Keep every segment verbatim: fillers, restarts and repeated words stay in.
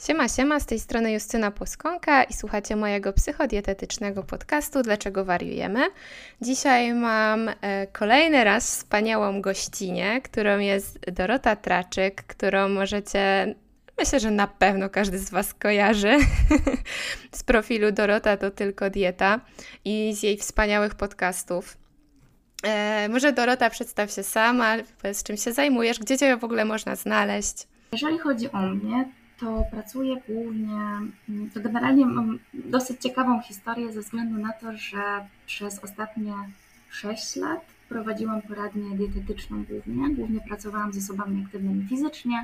Siema, siema, z tej strony Justyna Płoskonka i słuchacie mojego psychodietetycznego podcastu Dlaczego wariujemy? Dzisiaj mam e, kolejny raz wspaniałą gościnę, którą jest Dorota Traczyk, którą możecie, myślę, że na pewno każdy z Was kojarzy z profilu Dorota to tylko dieta i z jej wspaniałych podcastów. E, może Dorota, przedstaw się sama, powiedz, czym się zajmujesz, gdzie Cię w ogóle można znaleźć? Jeżeli chodzi o mnie, to pracuję głównie, to generalnie mam dosyć ciekawą historię ze względu na to, że przez ostatnie sześć lat prowadziłam poradnię dietetyczną głównie. Głównie pracowałam z osobami aktywnymi fizycznie,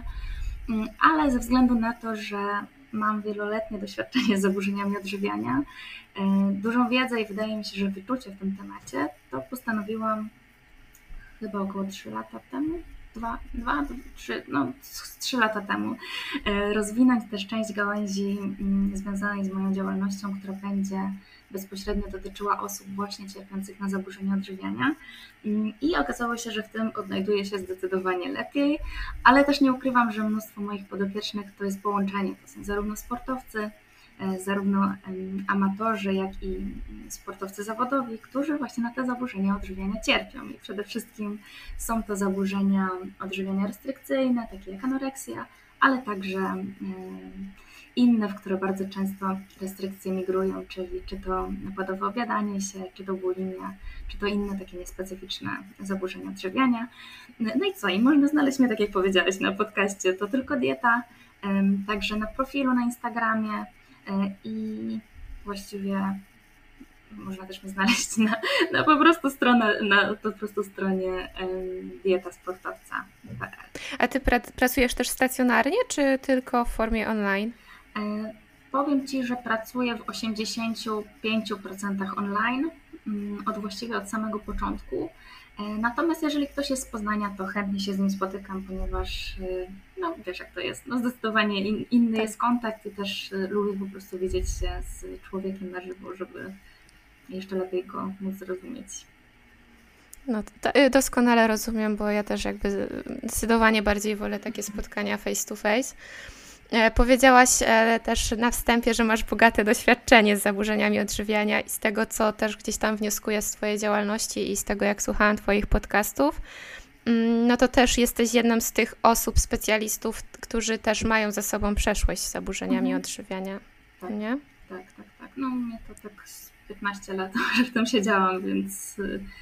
ale ze względu na to, że mam wieloletnie doświadczenie z zaburzeniami odżywiania, dużą wiedzę i wydaje mi się, że wyczucie w tym temacie, to postanowiłam chyba około trzy lata temu, dwa, dwa, trzy, no trzy lata temu rozwinąć też część gałęzi związanej z moją działalnością, która będzie bezpośrednio dotyczyła osób właśnie cierpiących na zaburzenia odżywiania. I okazało się, że w tym odnajduję się zdecydowanie lepiej, ale też nie ukrywam, że mnóstwo moich podopiecznych to jest połączenie, to są zarówno sportowcy, zarówno amatorzy, jak i sportowcy zawodowi, którzy właśnie na te zaburzenia odżywiania cierpią. I przede wszystkim są to zaburzenia odżywiania restrykcyjne, takie jak anoreksja, ale także inne, w które bardzo często restrykcje migrują, czyli czy to napładowe obiadanie się, czy to bulimia, czy to inne takie niespecyficzne zaburzenia odżywiania. No i co? I można znaleźć mnie, tak jak powiedziałaś na podcaście, to tylko dieta, także na profilu na Instagramie, i właściwie można też mnie znaleźć na, na po prostu stronę, na po prostu stronie um, dieta sportowca kropka p l. A Ty pra- pracujesz też stacjonarnie, czy tylko w formie online? E, powiem Ci, że pracuję w osiemdziesiąt pięć procent online, um, od właściwie od samego początku. Natomiast jeżeli ktoś jest z Poznania, to chętnie się z nim spotykam, ponieważ no wiesz jak to jest, no zdecydowanie in, inny tak. jest kontakt i też lubię po prostu widzieć się z człowiekiem na żywo, żeby jeszcze lepiej go móc zrozumieć. No to doskonale rozumiem, bo ja też jakby zdecydowanie bardziej wolę takie spotkania face to face. Powiedziałaś też na wstępie, że masz bogate doświadczenie z zaburzeniami odżywiania i z tego, co też gdzieś tam wnioskuję z Twojej działalności i z tego, jak słuchałam Twoich podcastów, no to też jesteś jedną z tych osób, specjalistów, którzy też mają za sobą przeszłość z zaburzeniami mhm. odżywiania, tak, nie? Tak, tak, tak. No mnie to tak z piętnaście lat, że w tym siedziałam, więc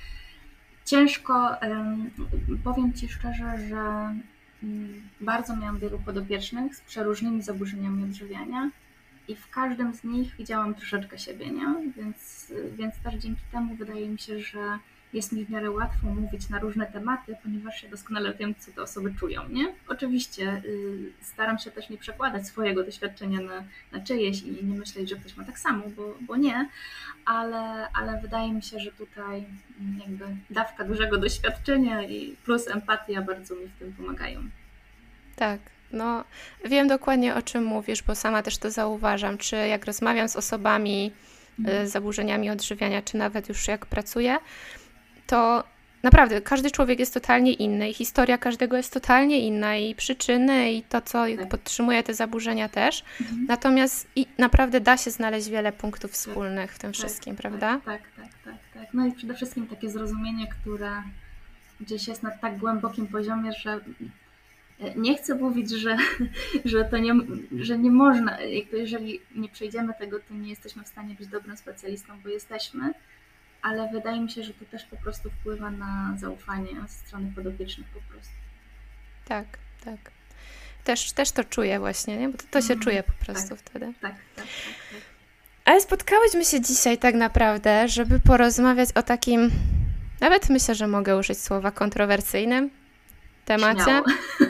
ciężko. Powiem Ci szczerze, że bardzo miałam wielu podopiecznych z przeróżnymi zaburzeniami odżywiania i w każdym z nich widziałam troszeczkę siebie, nie? Więc, więc też dzięki temu wydaje mi się, że jest mi w miarę łatwo mówić na różne tematy, ponieważ ja doskonale wiem, co te osoby czują, nie? Oczywiście y, staram się też nie przekładać swojego doświadczenia na, na czyjeś i nie myśleć, że ktoś ma tak samo, bo, bo nie, ale, ale wydaje mi się, że tutaj jakby dawka dużego doświadczenia i plus empatia bardzo mi w tym pomagają. Tak, no wiem dokładnie, o czym mówisz, bo sama też to zauważam, czy jak rozmawiam z osobami z zaburzeniami odżywiania, czy nawet już jak pracuję, to naprawdę każdy człowiek jest totalnie inny i historia każdego jest totalnie inna i przyczyny i to, co tak. podtrzymuje te zaburzenia też. Mhm. Natomiast i naprawdę da się znaleźć wiele punktów wspólnych w tym tak, wszystkim, tak, prawda? Tak, tak, tak, tak. No i przede wszystkim takie zrozumienie, które gdzieś jest na tak głębokim poziomie, że nie chcę mówić, że, że to nie, że nie można, jakby jeżeli nie przejdziemy tego, to nie jesteśmy w stanie być dobrym specjalistą, bo jesteśmy, ale wydaje mi się, że to też po prostu wpływa na zaufanie ze strony podopiecznych po prostu. Tak, tak. Też, też to czuję właśnie, nie? Bo to, to się mm, czuje po prostu tak, wtedy. Tak, tak, tak, tak. Ale spotkałyśmy się dzisiaj tak naprawdę, żeby porozmawiać o takim, nawet myślę, że mogę użyć słowa kontrowersyjnym temacie.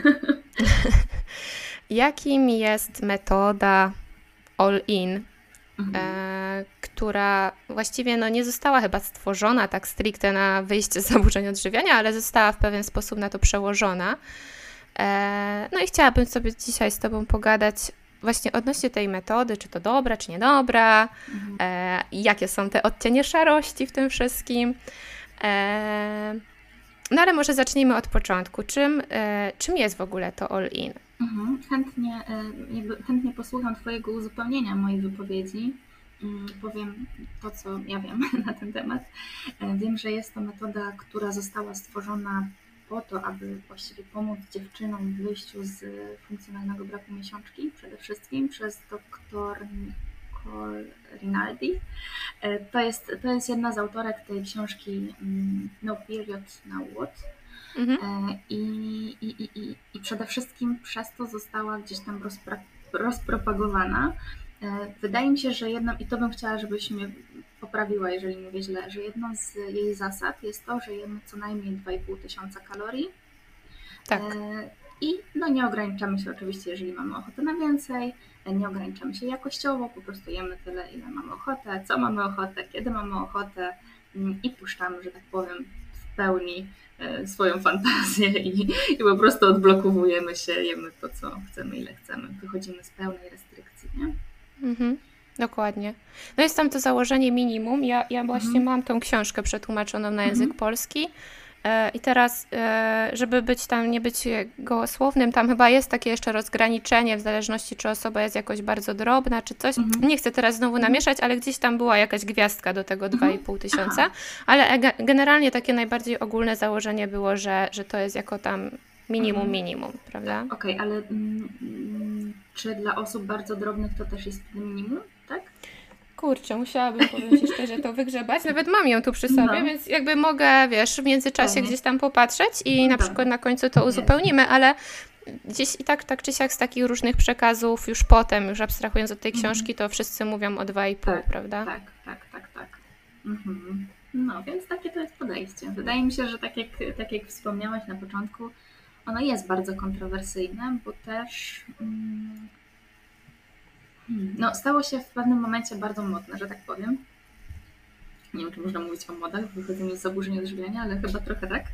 Jakim jest metoda all-in, mhm. e, która właściwie no, nie została chyba stworzona tak stricte na wyjście z zaburzeń odżywiania, ale została w pewien sposób na to przełożona. E, no i chciałabym sobie dzisiaj z Tobą pogadać właśnie odnośnie tej metody, czy to dobra, czy niedobra, mhm. e, jakie są te odcienie szarości w tym wszystkim. E, No ale może zacznijmy od początku. Czym, e, czym jest w ogóle to all-in? Mhm. Chętnie, jakby, chętnie posłucham Twojego uzupełnienia mojej wypowiedzi. Powiem to, co ja wiem na ten temat. Wiem, że jest to metoda, która została stworzona po to, aby właściwie pomóc dziewczynom w wyjściu z funkcjonalnego braku miesiączki, przede wszystkim przez doktor Nicole Rinaldi. To jest, to jest jedna z autorek tej książki No Period, Now What? Mhm. I, i, i, I przede wszystkim przez to została gdzieś tam rozpra- rozpropagowana. Wydaje mi się, że jedną, i to bym chciała, żebyś mnie poprawiła, jeżeli mówię źle, że jedną z jej zasad jest to, że jemy co najmniej dwa i pół tysiąca kalorii. Tak. I no nie ograniczamy się oczywiście, jeżeli mamy ochotę na więcej, nie ograniczamy się jakościowo, po prostu jemy tyle, ile mamy ochotę, co mamy ochotę, kiedy mamy ochotę i puszczamy, że tak powiem, w pełni swoją fantazję i, i po prostu odblokowujemy się, jemy to, co chcemy, ile chcemy, wychodzimy z pełnej restrykcji, nie? Mhm. Dokładnie. No jest tam to założenie minimum. Ja, ja właśnie mhm. mam tą książkę przetłumaczoną na język mhm. polski e, i teraz, e, żeby być tam, nie być gołosłownym, tam chyba jest takie jeszcze rozgraniczenie w zależności, czy osoba jest jakoś bardzo drobna, czy coś. Mhm. Nie chcę teraz znowu namieszać, ale gdzieś tam była jakaś gwiazdka do tego dwa i pół tysiąca, ale ge- generalnie takie najbardziej ogólne założenie było, że, że to jest jako tam minimum, minimum, prawda? Okej, okay, ale mm, czy dla osób bardzo drobnych to też jest minimum, tak? Kurczę, musiałabym, powiem Ci szczerze, to wygrzebać. Nawet mam ją tu przy sobie, no. Więc jakby mogę, wiesz, w międzyczasie Pewnie. gdzieś tam popatrzeć i na przykład na końcu to uzupełnimy, ale gdzieś i tak, tak czy siak z takich różnych przekazów już potem, już abstrahując od tej książki, to wszyscy mówią o dwa i pół, tak, prawda? Tak, tak, tak, tak. Mhm. No, więc takie to jest podejście. Wydaje mi się, że tak jak, tak jak wspomniałaś na początku, ono jest bardzo kontrowersyjne, bo też mm, no, stało się w pewnym momencie bardzo modne, że tak powiem. Nie wiem, czy można mówić o modach, wychodzeniu z zaburzeń odżywiania, ale chyba trochę tak.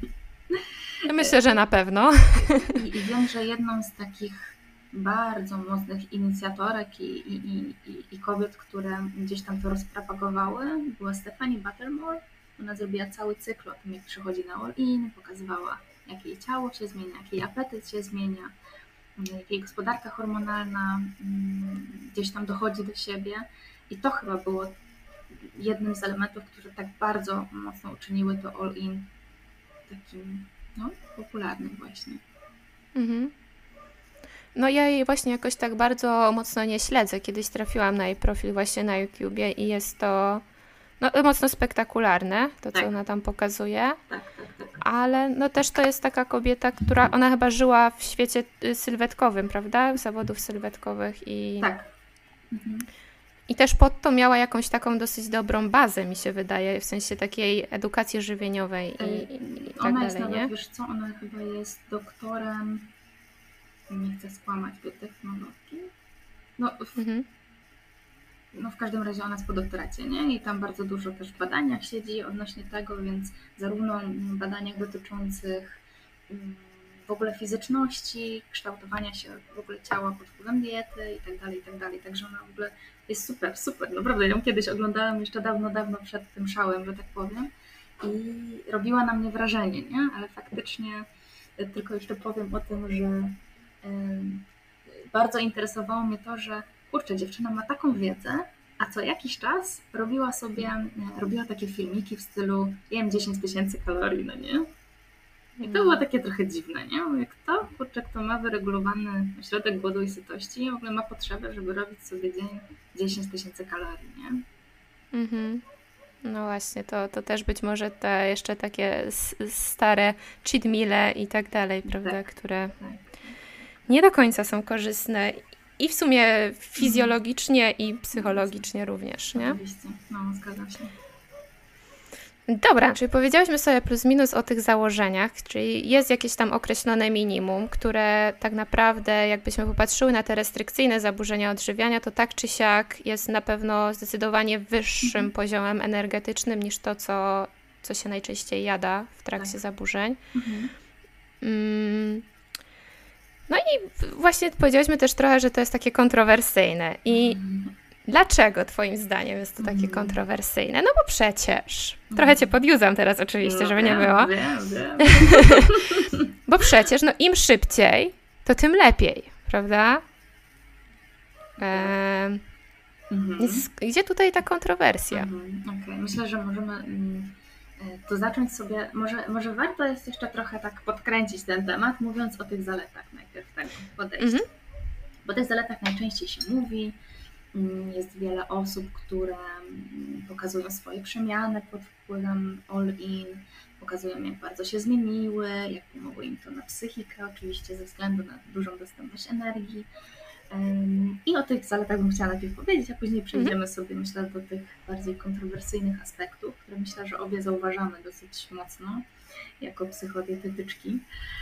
Myślę, że na pewno. I, i wiem, że jedną z takich bardzo mocnych inicjatorek i, i, i, i kobiet, które gdzieś tam to rozpropagowały, była Stephanie Buttermore. Ona zrobiła cały cykl o tym, jak przychodzi na all-in, pokazywała, jak jej ciało się zmienia, jak jej apetyt się zmienia, jak jej gospodarka hormonalna gdzieś tam dochodzi do siebie. I to chyba było jednym z elementów, które tak bardzo mocno uczyniły to all-in takim no, popularnym właśnie. Mhm. No ja jej właśnie jakoś tak bardzo mocno nie śledzę. Kiedyś trafiłam na jej profil właśnie na YouTubie i jest to no, mocno spektakularne, to co tak. ona tam pokazuje. Tak, tak, tak. Ale no też to jest taka kobieta, która, ona chyba żyła w świecie sylwetkowym, prawda? Zawodów sylwetkowych i... Tak. Mhm. I też pod to miała jakąś taką dosyć dobrą bazę, mi się wydaje, w sensie takiej edukacji żywieniowej i, i, i tak ona dalej, jest nawet, nie? Wiesz co, ona chyba jest doktorem, nie chcę skłamać, biotechnologii. No w, mhm. no w każdym razie ona jest po doktoracie, nie? I tam bardzo dużo też w badaniach siedzi odnośnie tego, więc zarówno w badaniach dotyczących w ogóle fizyczności, kształtowania się w ogóle ciała pod wpływem diety i tak dalej, i tak dalej. Także ona w ogóle jest super, super. Naprawdę ją kiedyś oglądałam jeszcze dawno, dawno przed tym szałem, że tak powiem. I robiła na mnie wrażenie, nie? Ale faktycznie tylko jeszcze powiem o tym, że yy, bardzo interesowało mnie to, że kurczę, dziewczyna ma taką wiedzę, a co jakiś czas robiła sobie, robiła takie filmiki w stylu jem dziesięć tysięcy kalorii, no nie? I to było takie trochę dziwne, nie? Jak to, kurczę, kto ma wyregulowany ośrodek głodu i sytości, w ogóle ma potrzebę, żeby robić sobie dzień dziesięć tysięcy kalorii, nie? Mhm. No właśnie, to, to też być może te jeszcze takie stare cheat meale i tak dalej, prawda, tak, które tak. nie do końca są korzystne i w sumie fizjologicznie mhm. i psychologicznie również, nie? Oczywiście, no zgadzam się. Dobra, czyli powiedziałyśmy sobie plus minus o tych założeniach, czyli jest jakieś tam określone minimum, które tak naprawdę jakbyśmy popatrzyły na te restrykcyjne zaburzenia odżywiania, to tak czy siak jest na pewno zdecydowanie wyższym mhm. poziomem energetycznym niż to, co, co się najczęściej jada w trakcie tak. zaburzeń. Mhm. Mm. No i właśnie powiedziałyśmy też trochę, że to jest takie kontrowersyjne i mhm. dlaczego twoim zdaniem jest to takie kontrowersyjne? No bo przecież, trochę cię podjudzam teraz oczywiście, no, żeby wiem, nie było. Wiem, wiem. Bo przecież no im szybciej to tym lepiej, prawda? E, Mhm. Więc gdzie tutaj ta kontrowersja? Mhm. Okej, myślę, że możemy mm, e, to zacząć sobie, może, może warto jest jeszcze trochę tak podkręcić ten temat, mówiąc o tych zaletach najpierw tego podejścia. Mhm. Bo o tych zaletach najczęściej się mówi, mm, jest wiele osób, które mm, pokazują swoje przemiany pod wpływem all-in, pokazują jak bardzo się zmieniły, jak pomogło im to na psychikę, oczywiście ze względu na dużą dostępność energii. Ym, I o tych zaletach bym chciała najpierw powiedzieć, a później przejdziemy sobie, myślę, do tych bardziej kontrowersyjnych aspektów, które myślę, że obie zauważamy dosyć mocno jako psychodietetyczki.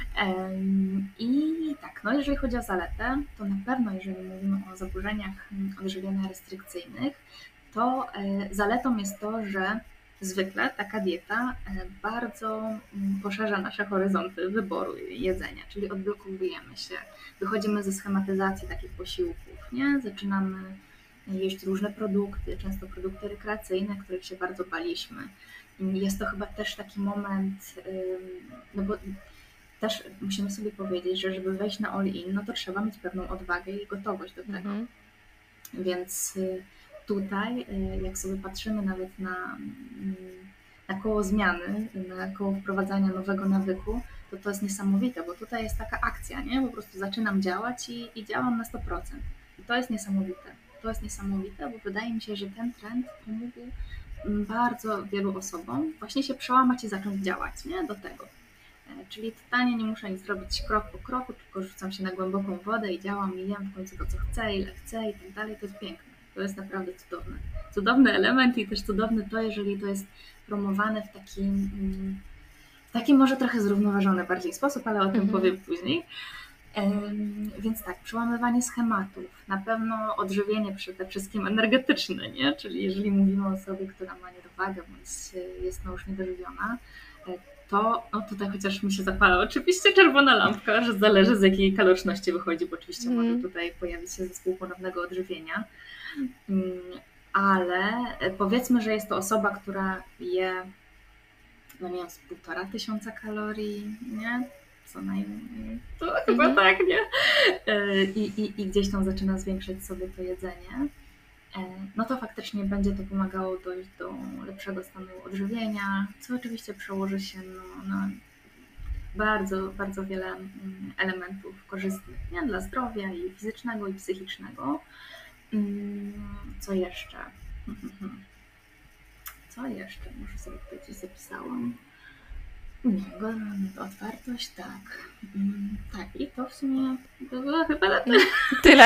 Ym, I tak, no jeżeli chodzi o zaletę, to na pewno jeżeli mówimy o zaburzeniach mm, odżywiania restrykcyjnych, to e, zaletą jest to, że zwykle taka dieta e, bardzo mm, poszerza nasze horyzonty wyboru jedzenia, czyli odblokowujemy się, wychodzimy ze schematyzacji takich posiłków, nie? Zaczynamy jeść różne produkty, często produkty rekreacyjne, których się bardzo baliśmy. Jest to chyba też taki moment, ym, no bo też musimy sobie powiedzieć, że żeby wejść na all-in, no to trzeba mieć pewną odwagę i gotowość do tego. Mhm. Więc y, tutaj, y, jak sobie patrzymy nawet na, mm, na koło zmiany, na koło wprowadzania nowego nawyku, to to jest niesamowite, bo tutaj jest taka akcja, nie? Po prostu zaczynam działać i, i działam na sto procent. I to jest niesamowite. To jest niesamowite, bo wydaje mi się, że ten trend pomógł mm, bardzo wielu osobom właśnie się przełamać i zacząć działać, nie? Do tego. E, Czyli totalnie nie muszę nic robić krok po kroku, tylko rzucam się na głęboką wodę i działam i jem w końcu to, co chcę, ile chcę i tak dalej. To jest piękne. To jest naprawdę cudowne. Cudowny element i też cudowne to, jeżeli to jest promowane w taki, mm, w taki może trochę zrównoważony bardziej sposób, ale o tym Mhm. powiem później. Em, Więc tak, przełamywanie schematów, na pewno odżywienie przede wszystkim energetyczne, nie? Czyli jeżeli mówimy o osobie, która ma niedowagę bądź e, jest no już niedożywiona, e, to no tutaj chociaż mi się zapala oczywiście czerwona lampka, że zależy z jakiej kaloryczności wychodzi, bo oczywiście Mm. może tutaj pojawić się zespół ponownego odżywienia. Mm, Ale e, powiedzmy, że jest to osoba, która je, no nie wiem, z półtora tysiąca kalorii, nie? Co najmniej. To chyba Mhm. tak, nie? E, I, i, I gdzieś tam zaczyna zwiększać sobie to jedzenie. E, No to faktycznie będzie to pomagało dojść do lepszego stanu odżywienia, co oczywiście przełoży się no, na bardzo, bardzo wiele mm, elementów korzystnych, nie? Dla zdrowia i fizycznego, i psychicznego. Mm, Co jeszcze? Co jeszcze? Może sobie tutaj coś zapisałam. Nie, bo otwartość, tak. Mm, Tak, i to w sumie było chyba na tyle. Tyle.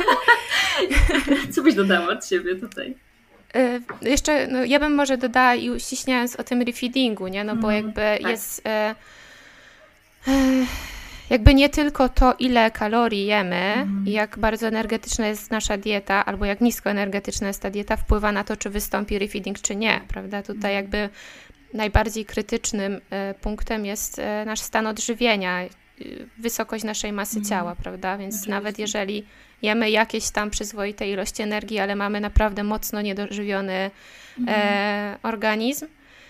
Co byś dodała od siebie tutaj? Y, Jeszcze, no, ja bym może dodała i uściśniając o tym refeedingu, nie? No bo Mhm, jakby tak. jest e, e, jakby nie tylko to, ile kalorii jemy Mhm. i jak bardzo energetyczna jest nasza dieta, albo jak nisko energetyczna jest ta dieta, wpływa na to, czy wystąpi refeeding, czy nie, prawda? Tutaj jakby najbardziej krytycznym e, punktem jest e, nasz stan odżywienia, y, wysokość naszej masy Mhm. ciała, prawda? Więc Oczywiście. nawet jeżeli jemy jakieś tam przyzwoite ilości energii, ale mamy naprawdę mocno niedożywiony e, organizm,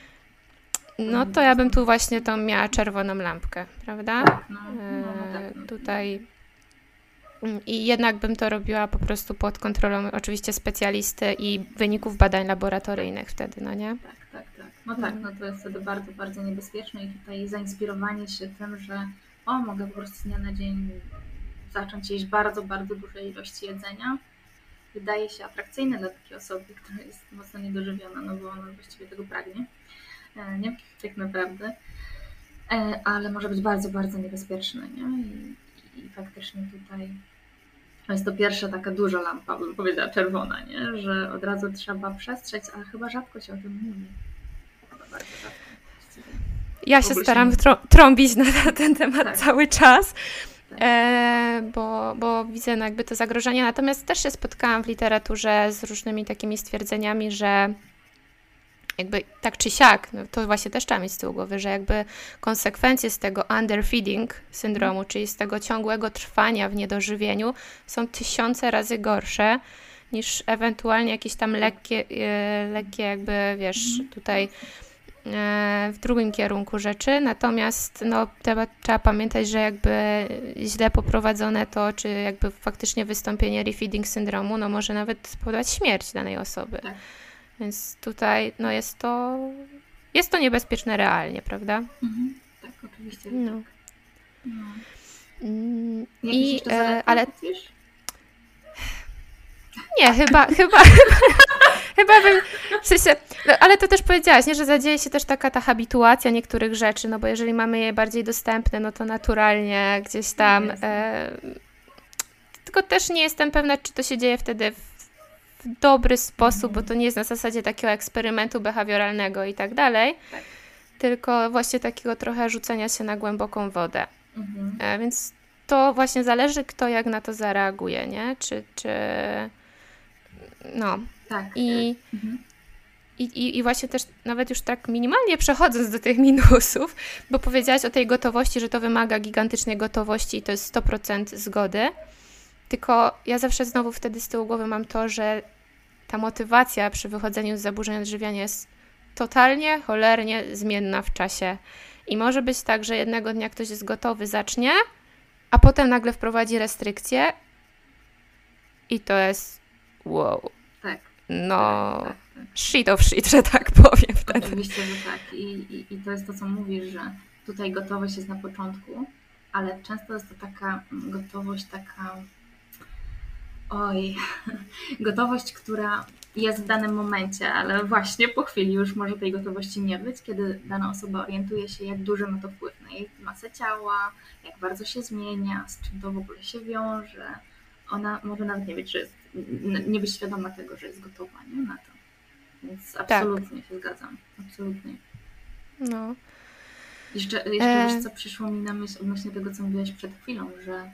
no to ja bym tu właśnie tą miała czerwoną lampkę, prawda? Tak, no, no, E, no tak, no. tutaj mm, i jednak bym to robiła po prostu pod kontrolą oczywiście specjalisty i wyników badań laboratoryjnych wtedy, no nie? Tak, tak, tak. No tak, no to jest wtedy bardzo, bardzo niebezpieczne i tutaj zainspirowanie się tym, że o, mogę po prostu z dnia na dzień zacząć jeść bardzo, bardzo duże ilości jedzenia, wydaje się atrakcyjne dla takiej osoby, która jest mocno niedożywiona, no bo ona właściwie tego pragnie, e, nie? Tak naprawdę. E, Ale może być bardzo, bardzo niebezpieczne, nie? I, i faktycznie tutaj to jest to pierwsza taka duża lampa, bym powiedziała czerwona, nie? Że od razu trzeba przestrzec, ale chyba rzadko się o tym mówi. Chyba bardzo rzadko. właściwie. Ja W się ogóle staram się- trą- trąbić na ten temat Tak. cały czas, Tak. e, bo, bo widzę no jakby to zagrożenie. Natomiast też się spotkałam w literaturze z różnymi takimi stwierdzeniami, że jakby tak czy siak, no to właśnie też trzeba mieć z tyłu głowy, że jakby konsekwencje z tego underfeeding syndromu, czyli z tego ciągłego trwania w niedożywieniu, są tysiące razy gorsze niż ewentualnie jakieś tam lekkie, e, lekkie jakby, wiesz, tutaj w drugim kierunku rzeczy, natomiast no, trzeba, trzeba pamiętać, że jakby źle poprowadzone to, czy jakby faktycznie wystąpienie refeeding syndromu, no może nawet spowodować śmierć danej osoby. Tak. Więc tutaj no jest to jest to niebezpieczne realnie, prawda? Mhm. Tak, oczywiście. No. Tak. No. Mm, I, jeszcze e, ale wiesz? Nie, chyba, chyba, chyba bym, w sensie, no, ale to też powiedziałaś, nie, że zadzieje się też taka ta habituacja niektórych rzeczy, no bo jeżeli mamy je bardziej dostępne, no to naturalnie gdzieś tam, e, tylko też nie jestem pewna, czy to się dzieje wtedy w, w dobry sposób, bo to nie jest na zasadzie takiego eksperymentu behawioralnego i tak dalej, tak. tylko właśnie takiego trochę rzucenia się na głęboką wodę. Mhm. E, więc to właśnie zależy, kto jak na to zareaguje, nie? Czy, czy no. Tak. I, mhm. i, I właśnie też nawet już tak minimalnie przechodząc do tych minusów, bo powiedziałaś o tej gotowości, że to wymaga gigantycznej gotowości i to jest sto procent zgody, tylko ja zawsze znowu wtedy z tyłu głowy mam to, że ta motywacja przy wychodzeniu z zaburzeń odżywiania jest totalnie, cholernie zmienna w czasie. I może być tak, że jednego dnia ktoś jest gotowy, zacznie, a potem nagle wprowadzi restrykcje i to jest wow. Tak. No, tak, tak, tak. shit of shit, że tak powiem wtedy. Oczywiście, że tak. I, i, I to jest to, co mówisz, że tutaj gotowość jest na początku, ale często jest to taka gotowość, taka oj, gotowość, która jest w danym momencie, ale właśnie po chwili już może tej gotowości nie być, kiedy dana osoba orientuje się, jak duży ma to wpływ na jej masę ciała, jak bardzo się zmienia, z czym to w ogóle się wiąże. Ona może nawet nie być, że jest, nie być świadoma tego, że jest gotowa, nie, na to. Więc absolutnie tak. się zgadzam. Absolutnie. No. Jeszcze, jeszcze e... wiesz, co przyszło mi na myśl odnośnie tego, co mówiłaś przed chwilą, że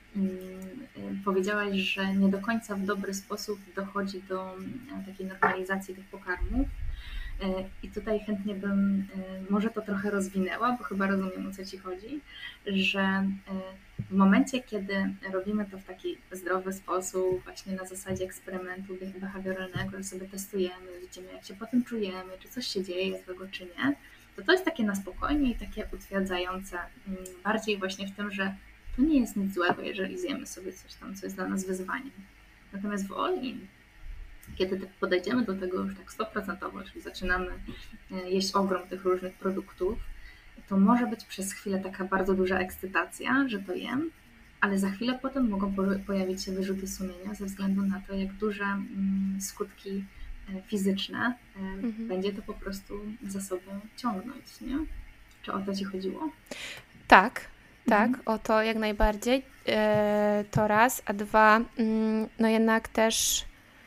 mm, powiedziałaś, że nie do końca w dobry sposób dochodzi do takiej normalizacji tych pokarmów. I tutaj chętnie bym może to trochę rozwinęła, bo chyba rozumiem, o co Ci chodzi, że w momencie, kiedy robimy to w taki zdrowy sposób, właśnie na zasadzie eksperymentu behawioralnego, że sobie testujemy, widzimy, jak się potem czujemy, czy coś się dzieje złego, czy nie, to to jest takie na spokojnie i takie utwierdzające, bardziej właśnie w tym, że to nie jest nic złego, jeżeli zjemy sobie coś tam, co jest dla nas wyzwaniem. Natomiast w all-in, kiedy tak podejdziemy do tego już tak sto procent, czyli zaczynamy jeść ogrom tych różnych produktów, to może być przez chwilę taka bardzo duża ekscytacja, że to jem, ale za chwilę potem mogą pojawić się wyrzuty sumienia ze względu na to, jak duże skutki fizyczne mhm. będzie to po prostu za sobą ciągnąć, nie? Czy o to Ci chodziło? Tak, tak, mhm. o to jak najbardziej. E, to raz, a dwa, mm, no jednak też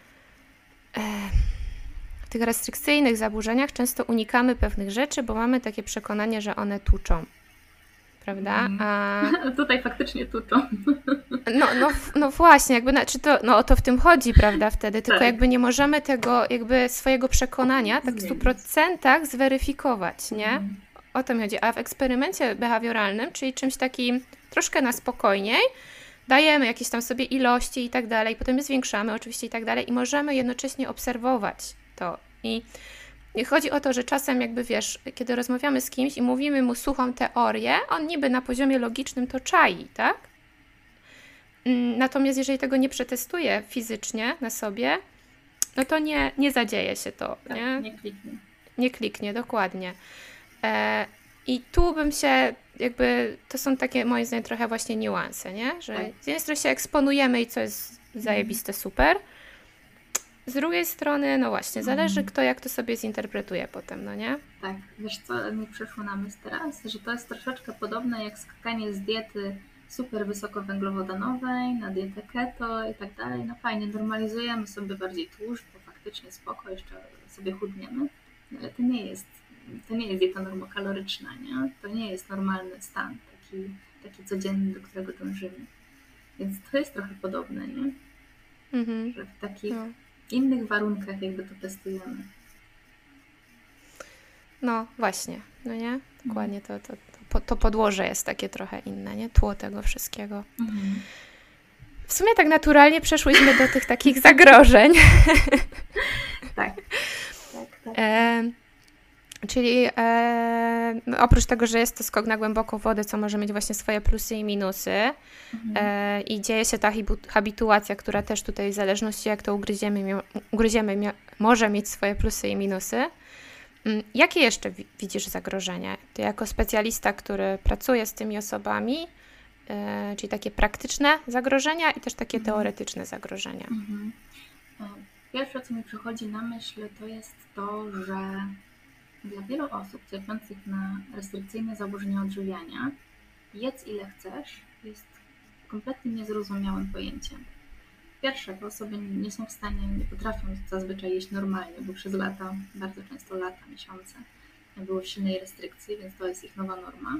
w tych restrykcyjnych zaburzeniach często unikamy pewnych rzeczy, bo mamy takie przekonanie, że one tuczą, prawda? A tutaj faktycznie tuczą. No, no, no właśnie, jakby, znaczy to, no o to w tym chodzi, prawda, wtedy, tylko tak. jakby nie możemy tego, jakby swojego przekonania tak w stu procentach zweryfikować, nie? Mhm. O to mi chodzi. A w eksperymencie behawioralnym, czyli czymś takim troszkę na spokojniej, dajemy jakieś tam sobie ilości i tak dalej, potem je zwiększamy oczywiście i tak dalej i możemy jednocześnie obserwować to. I, I chodzi o to, że czasem jakby wiesz, kiedy rozmawiamy z kimś i mówimy mu suchą teorię, on niby na poziomie logicznym to czai, tak? Natomiast jeżeli tego nie przetestuje fizycznie na sobie, no to nie, nie zadzieje się to. Tak, nie? nie kliknie. Nie kliknie, dokładnie. E, I tu bym się jakby, to są takie moim zdaniem trochę właśnie niuanse, nie? Że tak. z jednej strony się eksponujemy i co jest zajebiste, super. Z drugiej strony, no właśnie, zależy mm. kto jak to sobie zinterpretuje potem, no nie? Tak, wiesz co mi przyszło na myśl teraz? Że to jest troszeczkę podobne jak skakanie z diety super wysokowęglowodanowej na dietę keto i tak dalej. No fajnie, normalizujemy sobie bardziej tłuszcz, bo faktycznie spoko, jeszcze sobie chudniemy, no ale to nie jest To nie jest dieta normokaloryczna, nie? To nie jest normalny stan, taki, taki codzienny, do którego dążymy. Więc to jest trochę podobne, nie? Mm-hmm. Że w takich no. innych warunkach jakby to testujemy. No właśnie, no nie? Dokładnie, to, to, to, to podłoże jest takie trochę inne, nie? Tło tego wszystkiego. Mm-hmm. W sumie tak naturalnie przeszłyśmy do tych takich zagrożeń. tak. tak, tak. E- Czyli e, oprócz tego, że jest to skok na głęboką wodę, co może mieć właśnie swoje plusy i minusy Mhm. e, i dzieje się ta hibu- habituacja, która też tutaj w zależności jak to ugryziemy, mia- ugryziemy mia- może mieć swoje plusy i minusy. Mm, Jakie jeszcze wi- widzisz zagrożenia? Ty jako specjalista, który pracuje z tymi osobami, e, czyli takie praktyczne zagrożenia i też takie Mhm. teoretyczne zagrożenia. Mhm. E, Pierwsze, co mi przychodzi na myśl, to jest to, że dla wielu osób cierpiących na restrykcyjne zaburzenia odżywiania jedz ile chcesz jest kompletnie niezrozumiałym pojęciem. Pierwsze, te osoby nie są w stanie, nie potrafią zazwyczaj jeść normalnie, bo przez lata, bardzo często lata, miesiące było w silnej restrykcji, więc to jest ich nowa norma.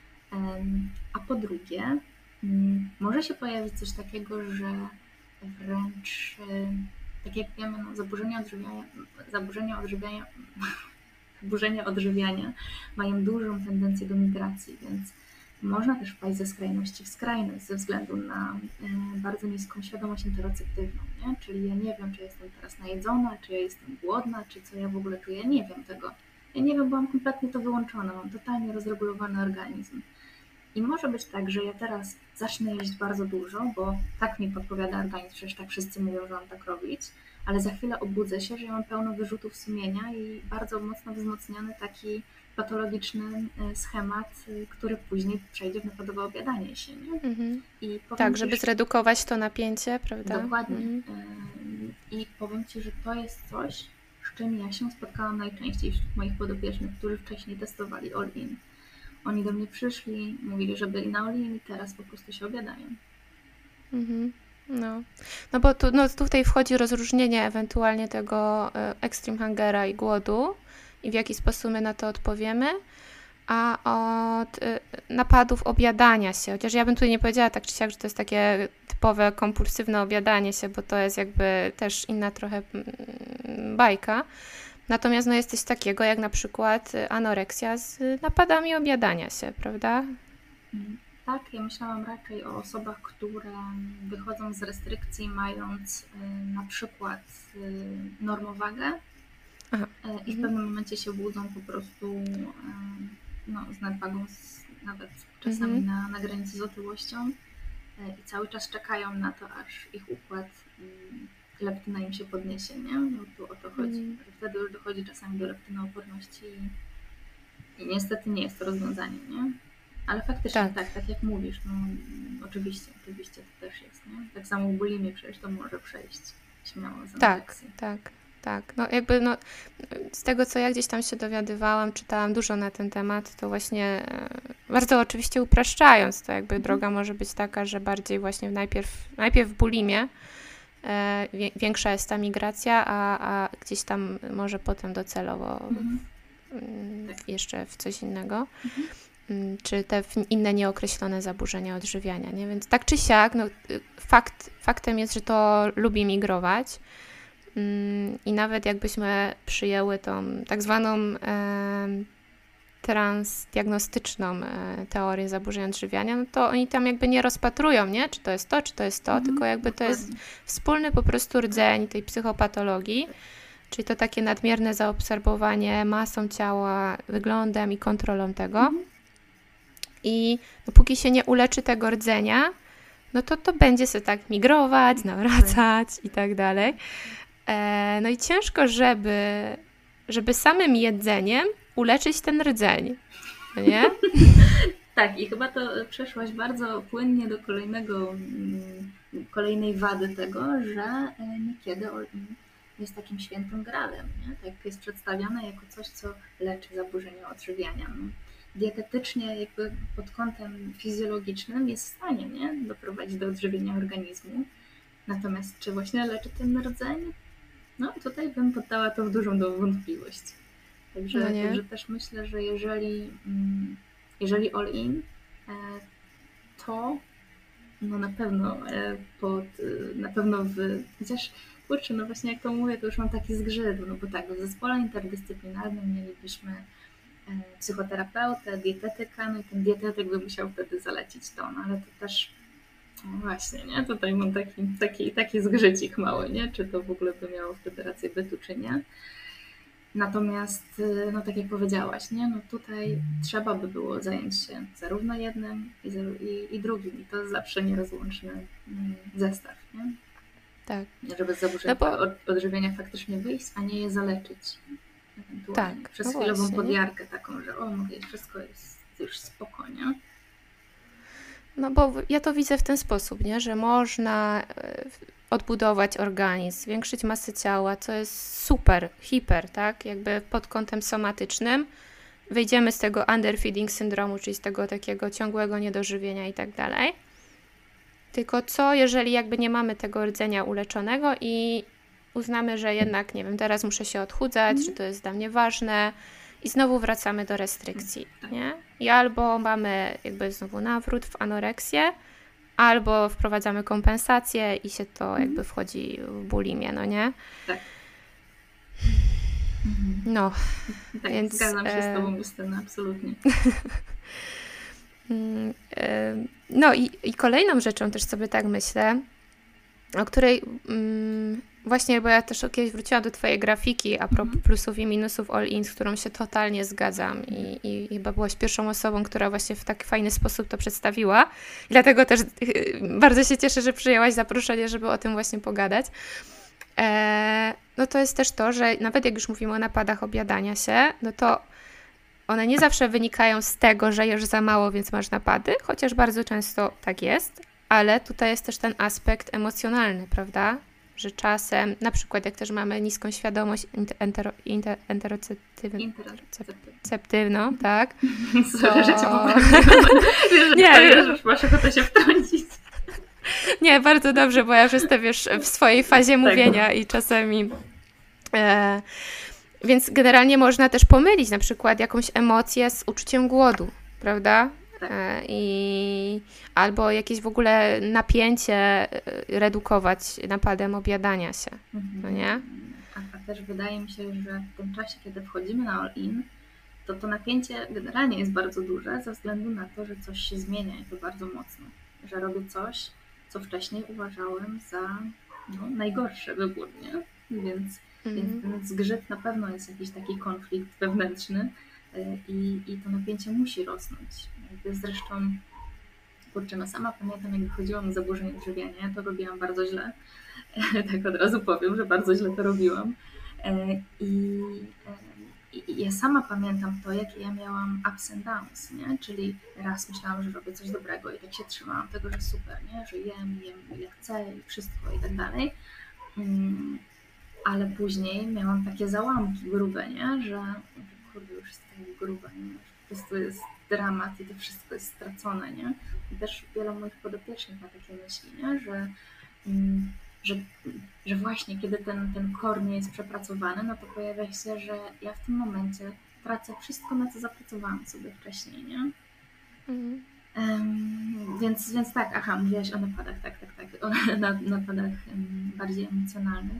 A po drugie, może się pojawić coś takiego, że wręcz, tak jak wiemy, no, zaburzenia odżywiania, zaburzenia odżywiania, zaburzenia odżywiania mają dużą tendencję do migracji, więc można też wpaść ze skrajności w skrajność ze względu na bardzo niską świadomość interoceptywną, nie? Czyli ja nie wiem, czy jestem teraz najedzona, czy ja jestem głodna, czy co ja w ogóle czuję, nie wiem tego. Ja nie wiem, bo mam kompletnie to wyłączone, mam totalnie rozregulowany organizm. I może być tak, że ja teraz zacznę jeść bardzo dużo, bo tak mi podpowiada organizm, przecież tak wszyscy mówią, że mam tak robić, ale za chwilę obudzę się, że ja mam pełno wyrzutów sumienia i bardzo mocno wzmocniony taki patologiczny schemat, który później przejdzie w napadowe obiadanie się. Nie? Mhm. I Tak, ci, żeby że... zredukować to napięcie, prawda? Dokładnie. Mhm. I powiem Ci, że to jest coś, z czym ja się spotkałam najczęściej wśród moich podopiecznych, którzy wcześniej testowali all-in. Oni do mnie przyszli, mówili, że byli na all-in i teraz po prostu się obiadają. Mhm. No. no bo tu, no, tutaj wchodzi rozróżnienie ewentualnie tego extreme hungera i głodu i w jaki sposób my na to odpowiemy, a od y, napadów obiadania się, chociaż ja bym tutaj nie powiedziała tak czy siak, że to jest takie typowe kompulsywne obiadanie się, bo to jest jakby też inna trochę mm, bajka. Natomiast no, jest coś takiego jak na przykład anoreksja z napadami obiadania się, prawda? Tak, ja myślałam raczej o osobach, które wychodzą z restrykcji mając y, na przykład y, normowagę Aha. y, i w pewnym momencie się budzą po prostu y, no, z nadwagą, z, nawet czasami mhm. na, na granicy z otyłością y, i cały czas czekają na to, aż ich układ y, leptyna im się podniesie, nie? No, tu o to chodzi. Mhm. Wtedy już dochodzi czasami do leptynooporności i, i niestety nie jest to rozwiązanie, nie? Ale faktycznie tak. tak, tak jak mówisz, no oczywiście, oczywiście to też jest, nie? Tak samo w bulimii przecież to może przejść śmiało z anoreksji. Tak, tak, tak. No jakby no, z tego, co ja gdzieś tam się dowiadywałam, czytałam dużo na ten temat, to właśnie bardzo oczywiście upraszczając, to jakby mhm. droga może być taka, że bardziej właśnie najpierw, najpierw w bulimie e, większa jest ta migracja, a, a gdzieś tam może potem docelowo mhm. w, jeszcze w coś innego. Mhm. Czy te inne nieokreślone zaburzenia odżywiania, nie? Więc tak czy siak, no, fakt, faktem jest, że to lubi migrować i nawet jakbyśmy przyjęły tą tak zwaną e, transdiagnostyczną e, teorię zaburzeń odżywiania, no to oni tam jakby nie rozpatrują, nie? Czy to jest to, czy to jest to, mhm, tylko jakby to jest wspólny po prostu rdzeń tej psychopatologii, czyli to takie nadmierne zaobserwowanie masą ciała, wyglądem i kontrolą tego. Mhm. I póki się nie uleczy tego rdzenia, no to to będzie się tak migrować, nawracać i tak dalej. E, no i ciężko, żeby, żeby samym jedzeniem uleczyć ten rdzeń, nie? Tak, i chyba to przeszłaś bardzo płynnie do kolejnego, kolejnej wady tego, że niekiedy jest takim świętym gralem, nie? Tak jest przedstawiane jako coś, co leczy zaburzenia odżywiania. No. Dietetycznie jakby pod kątem fizjologicznym jest w stanie, nie? doprowadzić do odżywienia organizmu. Natomiast czy właśnie leczy ten rdzeń? No tutaj bym poddała to w dużą wątpliwość. Także, no także też myślę, że jeżeli, jeżeli all in, to no na pewno pod, na pewno w, chociaż kurczę, no właśnie jak to mówię, to już mam taki zgrzyt, no bo tak, w zespole interdyscyplinarnym mielibyśmy psychoterapeutę, dietetyka, no i ten dietetyk by musiał wtedy zalecić to, no ale to też, no właśnie, nie, tutaj mam taki, taki, taki zgrzycik mały, nie, czy to w ogóle by miało wtedy rację bytu, czy nie. Natomiast, no tak jak powiedziałaś, nie? No tutaj trzeba by było zająć się zarówno jednym i, i, i drugim. I to jest zawsze nierozłączny zestaw, nie? Tak. Żeby z zaburzeń no bo... odżywienia faktycznie wyjść, a nie je zaleczyć. Ewentualnie. Tak, Przez no chwilową właśnie, podjarkę nie? Taką, że o, mówię, wszystko jest już spokojnie. No bo ja to widzę w ten sposób, nie? Że można odbudować organizm, zwiększyć masę ciała, co jest super, hiper, tak? Jakby pod kątem somatycznym. Wyjdziemy z tego underfeeding syndromu, czyli z tego takiego ciągłego niedożywienia i tak dalej. Tylko co, jeżeli jakby nie mamy tego rdzenia uleczonego i uznamy, że jednak, nie wiem, teraz muszę się odchudzać, mm. że to jest dla mnie ważne i znowu wracamy do restrykcji, nie? I albo mamy jakby znowu nawrót w anoreksję, albo wprowadzamy kompensację i się to jakby wchodzi w bulimię, no nie? Tak. No. Tak, więc, zgadzam się z Tobą, Justyna, absolutnie. No i, i kolejną rzeczą też sobie tak myślę, o której mm, właśnie, bo ja też kiedyś wróciłam do Twojej grafiki a propos plusów i minusów All In, z którą się totalnie zgadzam i, i, i chyba byłaś pierwszą osobą, która właśnie w taki fajny sposób to przedstawiła. I dlatego też bardzo się cieszę, że przyjęłaś zaproszenie, żeby o tym właśnie pogadać. E, no to jest też to, że nawet jak już mówimy o napadach objadania się, no to one nie zawsze wynikają z tego, że jesz za mało, więc masz napady, chociaż bardzo często tak jest, ale tutaj jest też ten aspekt emocjonalny, prawda? Że czasem, na przykład jak też mamy niską świadomość entero, inter, enteroceptywną, Interoceptywną, tak? Sorry, że Cię poprawiłam. Wiesz, że nie, już masz ochotę się wtrącić. Nie, bardzo dobrze, bo ja już jestem wiesz, w swojej fazie mówienia i czasami... E, Więc generalnie można też pomylić na przykład jakąś emocję z uczuciem głodu, prawda? Tak. I albo jakieś w ogóle napięcie redukować napadem objadania się, mhm. no nie? A, a też wydaje mi się, że w tym czasie, kiedy wchodzimy na all-in, to to napięcie generalnie jest bardzo duże ze względu na to, że coś się zmienia i to bardzo mocno. Że robię coś, co wcześniej uważałem za no, najgorszy wybór, nie? Więc Więc ten zgrzyt na pewno jest jakiś taki konflikt wewnętrzny i, i to napięcie musi rosnąć. Zresztą, kurczę, no sama pamiętam, jak wychodziłam z zaburzeń odżywiania, ja to robiłam bardzo źle. Tak od razu powiem, że bardzo źle to robiłam. I, i ja sama pamiętam to, jakie ja miałam ups and downs, nie? Czyli raz myślałam, że robię coś dobrego i tak się trzymałam tego, że super, nie? Że jem, jem ile chcę i wszystko i tak dalej. Ale później miałam takie załamki grube, nie? Że, że kurde, już jest tak grube, nie? Że po prostu jest dramat i to wszystko jest stracone, nie? I też wielu moich podopiecznych ma takie myśli, nie? Że, mm, że, że właśnie kiedy ten, ten core nie jest przepracowany, no to pojawia się, że ja w tym momencie tracę wszystko, na co zapracowałam sobie wcześniej, nie? Mhm. Um, więc, więc tak, aha, mówiłaś o napadach, tak, tak, tak, o napadach um, bardziej emocjonalnych.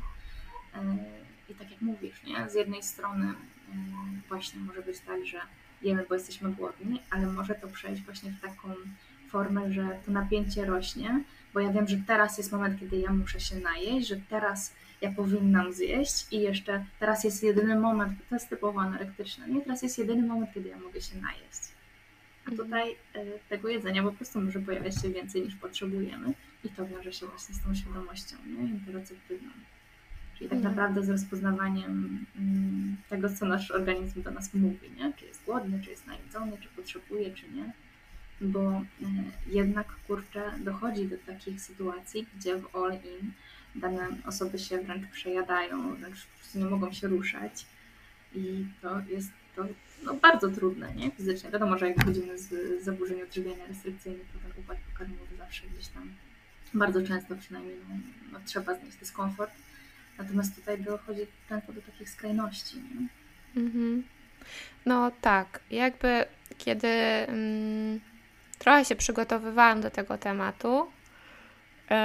I tak jak mówisz, nie? Z jednej strony właśnie może być tak, że jemy, bo jesteśmy głodni, ale może to przejść właśnie w taką formę, że to napięcie rośnie, bo ja wiem, że teraz jest moment, kiedy ja muszę się najeść, że teraz ja powinnam zjeść i jeszcze teraz jest jedyny moment, to jest typowo anorektyczne, nie? Teraz jest jedyny moment, kiedy ja mogę się najeść. A tutaj y, tego jedzenia po prostu może pojawiać się więcej niż potrzebujemy i to wiąże się właśnie z tą świadomością, nie? Interoceptywną. Czyli tak naprawdę z rozpoznawaniem mm, tego, co nasz organizm do nas mówi, nie? Czy jest głodny, czy jest najedzony, czy potrzebuje, czy nie. Bo y, jednak, kurczę, dochodzi do takich sytuacji, gdzie w all-in dane osoby się wręcz przejadają, wręcz po prostu nie mogą się ruszać. I to jest to no, bardzo trudne, nie? Fizycznie. Wiadomo, że jak wychodzimy z zaburzeń odżywiania restrykcyjnych, to ten układ pokarmowy zawsze gdzieś tam, bardzo często przynajmniej, no, no, trzeba znieść dyskomfort. Natomiast tutaj dochodzi często do takich skrajności, nie? Mhm. No tak, jakby kiedy mm, trochę się przygotowywałam do tego tematu, yy,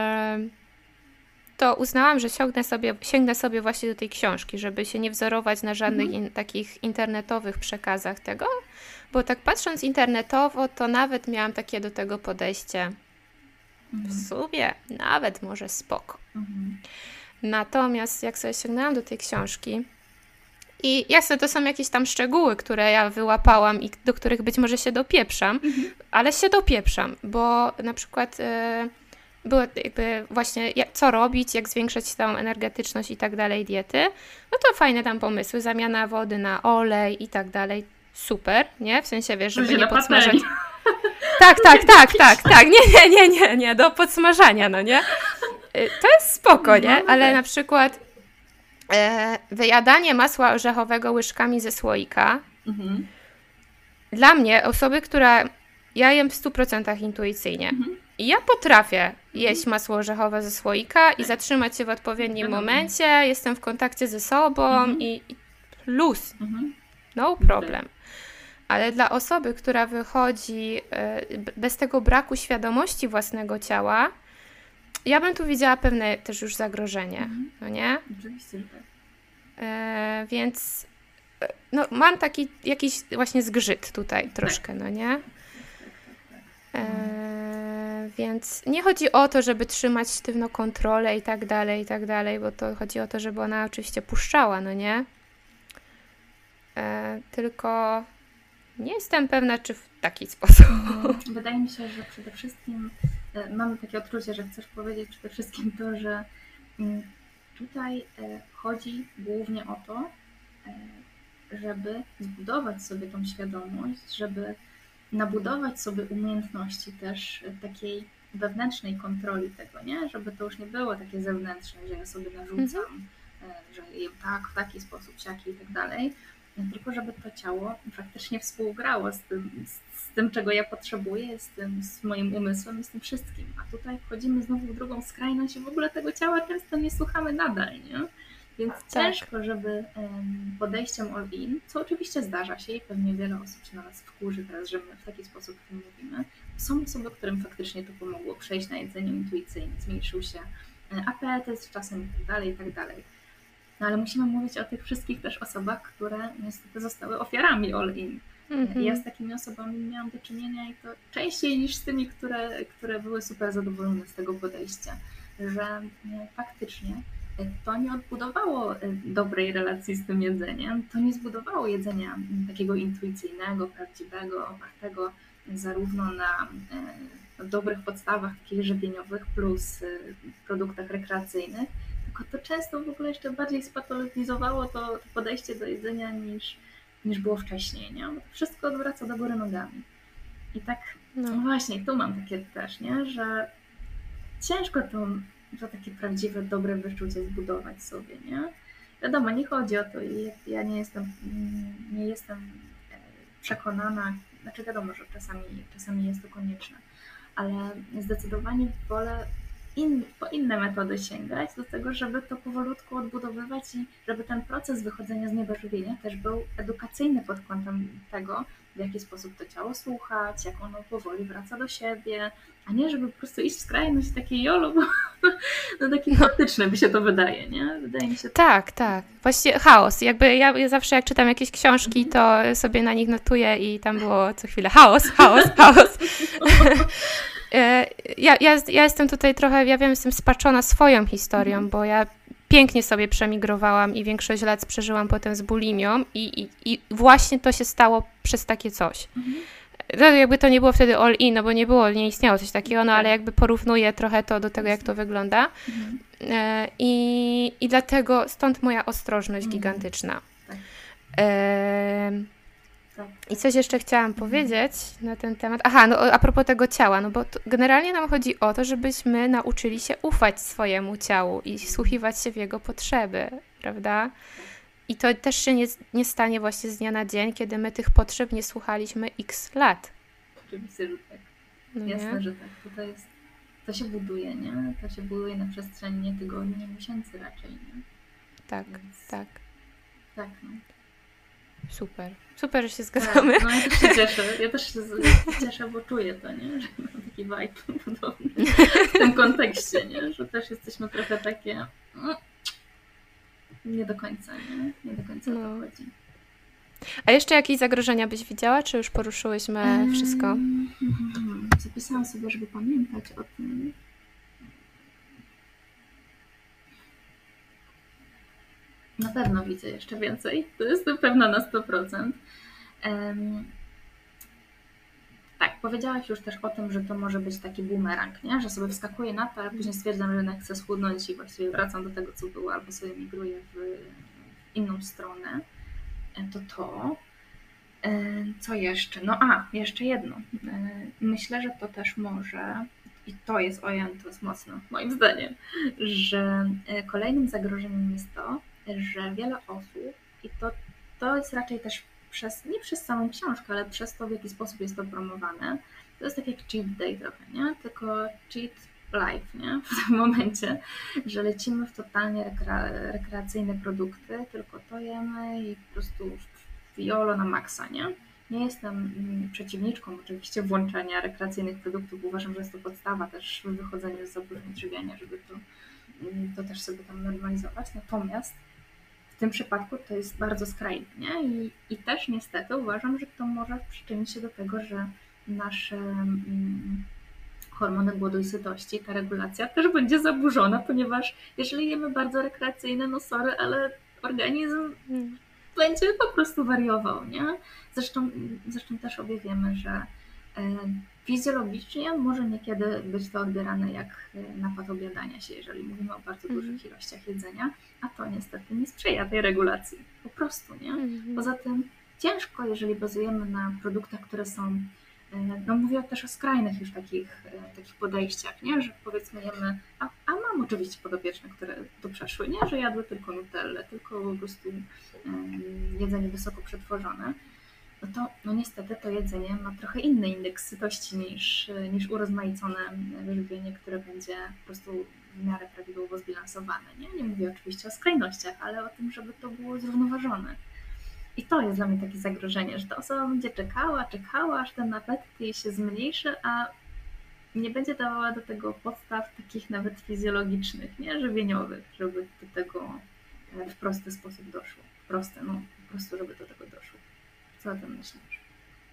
to uznałam, że sięgnę sobie, sięgnę sobie właśnie do tej książki, żeby się nie wzorować na żadnych mhm. in, takich internetowych przekazach tego, bo tak patrząc internetowo, to nawet miałam takie do tego podejście mhm. w sumie nawet może spoko. Mhm. Natomiast jak sobie sięgnęłam do tej książki I jasne, to są jakieś tam szczegóły, które ja wyłapałam i do których być może się dopieprzam, mhm. ale się dopieprzam, bo na przykład y, było jakby właśnie jak, co robić, jak zwiększać tą energetyczność i tak dalej diety, no to fajne tam pomysły, zamiana wody na olej i tak dalej, super, nie? W sensie, wiesz, żeby nie podsmażać. Tak, tak, tak, tak, tak, nie, nie, nie, nie, nie, do podsmażania, no nie? To jest spoko, nie? Ale na przykład e, wyjadanie masła orzechowego łyżkami ze słoika. Mhm. Dla mnie, osoby, która... Ja jem w stu procentach intuicyjnie. Mhm. I ja potrafię jeść masło orzechowe ze słoika i zatrzymać się w odpowiednim mhm. momencie. Jestem w kontakcie ze sobą mhm. i, i luz. Mhm. No problem. Ale dla osoby, która wychodzi y, bez tego braku świadomości własnego ciała, ja bym tu widziała pewne też już zagrożenie, mhm. no nie? Oczywiście, że tak. E, więc no, mam taki jakiś właśnie zgrzyt tutaj troszkę, no nie? E, więc nie chodzi o to, żeby trzymać sztywno kontrolę i tak dalej, i tak dalej, bo to chodzi o to, żeby ona oczywiście puszczała, no nie? E, tylko nie jestem pewna, czy w taki sposób. Wydaje mi się, że przede wszystkim e, mam takie odczucie, że chcesz powiedzieć przede wszystkim to, że m, tutaj e, chodzi głównie o to, e, żeby zbudować sobie tą świadomość, żeby nabudować sobie umiejętności też takiej wewnętrznej kontroli tego, nie? Żeby to już nie było takie zewnętrzne, że ja sobie narzucam, mm-hmm. że jem tak, w taki sposób, siaki i tak dalej, tylko żeby to ciało faktycznie współgrało z tym, z, z tym, czego ja potrzebuję, z tym, z moim umysłem i z tym wszystkim. A tutaj wchodzimy znowu w drugą skrajność i w ogóle tego ciała często nie słuchamy nadal, nie? Więc tak. Ciężko, żeby um, podejściem all-in, co oczywiście zdarza się i pewnie wiele osób się na nas wkurzy teraz, że my w taki sposób o tym mówimy, są osoby, którym faktycznie to pomogło przejść na jedzenie intuicyjne, zmniejszył się apetyt czasem i tak dalej, i tak dalej. No ale musimy mówić o tych wszystkich też osobach, które niestety zostały ofiarami all-in. Mm-hmm. Ja z takimi osobami miałam do czynienia i to częściej niż z tymi, które, które były super zadowolone z tego podejścia, że faktycznie to nie odbudowało dobrej relacji z tym jedzeniem, to nie zbudowało jedzenia takiego intuicyjnego, prawdziwego, opartego zarówno na dobrych podstawach takich żywieniowych plus produktach rekreacyjnych, tylko to często w ogóle jeszcze bardziej spatologizowało to, to podejście do jedzenia niż, niż było wcześniej, nie? Bo to wszystko odwraca do góry nogami. I tak no. no właśnie, tu mam takie też, nie? Że ciężko to, to takie prawdziwe, dobre wyczucie zbudować sobie, nie? Wiadomo, nie chodzi o to i ja nie jestem, nie jestem przekonana, znaczy wiadomo, że czasami, czasami jest to konieczne, ale zdecydowanie wolę in, po inne metody sięgać do tego, żeby to powolutku odbudowywać i żeby ten proces wychodzenia z niedożywienia też był edukacyjny pod kątem tego, w jaki sposób to ciało słuchać, jak ono powoli wraca do siebie, a nie żeby po prostu iść w skrajność takiej jolo, bo no takie chaotyczne mi się to wydaje, nie? Wydaje mi się to... Tak, tak. Właściwie chaos. Jakby ja, ja zawsze jak czytam jakieś książki, to sobie na nich notuję i tam było co chwilę chaos, chaos, chaos. Ja, ja, ja jestem tutaj trochę, ja wiem, jestem spaczona swoją historią, mhm. bo ja pięknie sobie przemigrowałam i większość lat przeżyłam potem z bulimią i, i, i właśnie to się stało przez takie coś. Mhm. No, jakby to nie było wtedy all in, no bo nie było, nie istniało coś takiego, no ale jakby porównuję trochę to do tego, jak to wygląda. Mhm. E, i, I dlatego stąd moja ostrożność mhm. gigantyczna. Tak. E, I coś jeszcze chciałam powiedzieć na ten temat. Aha, no a propos tego ciała, no bo generalnie nam chodzi o to, żebyśmy nauczyli się ufać swojemu ciału i wsłuchiwać się w jego potrzeby, prawda? I to też się nie, nie stanie właśnie z dnia na dzień, kiedy my tych potrzeb nie słuchaliśmy x lat. Oczywiście, że tak. No jasne, nie? Że tak. To, to, jest, to się buduje, nie? To się buduje na przestrzeni nie tygodni, nie miesięcy raczej, nie? Tak, Więc... tak. Tak, no. Super. Super, że się zgadzamy. Tak, no ja też się cieszę. Ja też się cieszę, bo czuję to, nie? Że mam taki vibe podobny w tym kontekście, nie? Że też jesteśmy trochę takie no, nie do końca, nie? Nie do końca no. o to chodzi. A jeszcze jakieś zagrożenia byś widziała, czy już poruszyłyśmy wszystko? Um, zapisałam sobie, żeby pamiętać o tym. Na pewno widzę jeszcze więcej, to jestem pewna na sto procent. Um, tak, powiedziałaś już też o tym, że to może być taki bumerang, nie? Że sobie wskakuję na to, a później stwierdzam, że jednak chcę schudnąć i właściwie wracam do tego, co było, albo sobie migruję w inną stronę. To to. Co jeszcze? No a, jeszcze jedno. Myślę, że to też może, i to jest, ojej, to jest mocno, moim zdaniem, że kolejnym zagrożeniem jest to, że wiele osób, i to, to jest raczej też przez, nie przez samą książkę, ale przez to, w jaki sposób jest to promowane, to jest tak jak cheat day trochę, nie? Tylko cheat life, nie? W tym momencie, że lecimy w totalnie rekre- rekreacyjne produkty, tylko to jemy i po prostu jolo na maksa, nie? Nie jestem przeciwniczką oczywiście włączania rekreacyjnych produktów. Uważam, że jest to podstawa też w wychodzeniu z zaburzeń odżywiania, żeby to, to też sobie tam normalizować. Natomiast w tym przypadku to jest bardzo skrajne, nie? I, i też niestety uważam, że to może przyczynić się do tego, że nasze mm, hormony głodu i sytości, ta regulacja też będzie zaburzona, ponieważ jeżeli jemy bardzo rekreacyjne, no sorry, ale organizm hmm. będzie po prostu wariował, nie? Zresztą, zresztą też obie wiemy, że e, fizjologicznie może niekiedy być to odbierane jak napad obiadania się, jeżeli mówimy o bardzo mm. dużych ilościach jedzenia, a to niestety nie sprzyja tej regulacji, po prostu, nie? Mm. Poza tym ciężko, jeżeli bazujemy na produktach, które są, no mówię też o skrajnych już takich, takich podejściach, nie? Że powiedzmy jemy, a, a mam oczywiście podopieczne, które tu przeszły, nie? Że jadły tylko nutellę, tylko po prostu um, jedzenie wysoko przetworzone, no to no niestety to jedzenie ma trochę inny indeks sytości niż, niż urozmaicone wyżywienie, które będzie po prostu w miarę prawidłowo zbilansowane, nie? Nie mówię oczywiście o skrajnościach, ale o tym, żeby to było zrównoważone. I to jest dla mnie takie zagrożenie, że ta osoba będzie czekała, czekała, aż ten apetyt jej się zmniejszy, a nie będzie dawała do tego podstaw takich nawet fizjologicznych, nie? Żywieniowych, żeby do tego w prosty sposób doszło. Proste, no po prostu, żeby do tego doszło. Co o tym myślisz?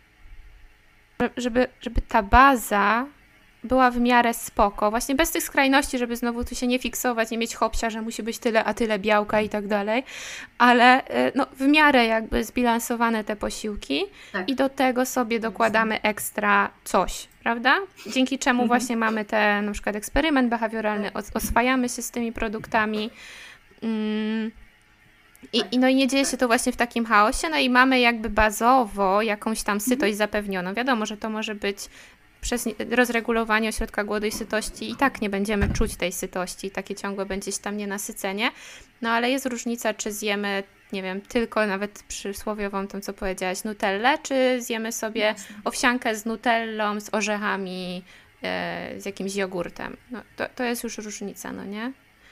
Żeby, żeby ta baza była w miarę spoko, właśnie bez tych skrajności, żeby znowu tu się nie fiksować, nie mieć hopsia, że musi być tyle, a tyle białka i tak dalej, ale no, w miarę jakby zbilansowane te posiłki tak. I do tego sobie dokładamy ekstra coś, prawda? Dzięki czemu mhm. właśnie mamy ten na przykład eksperyment behawioralny, os- oswajamy się z tymi produktami mm. I, i no i nie dzieje się to właśnie w takim chaosie, no i mamy jakby bazowo jakąś tam sytość zapewnioną. Wiadomo, że to może być przez rozregulowanie ośrodka głodu i sytości i tak nie będziemy czuć tej sytości, takie ciągłe będzie się tam nienasycenie, no ale jest różnica, czy zjemy, nie wiem, tylko nawet przysłowiową tą, co powiedziałaś, nutellę, czy zjemy sobie owsiankę z nutellą, z orzechami, e, z jakimś jogurtem. No to, to jest już różnica, no nie?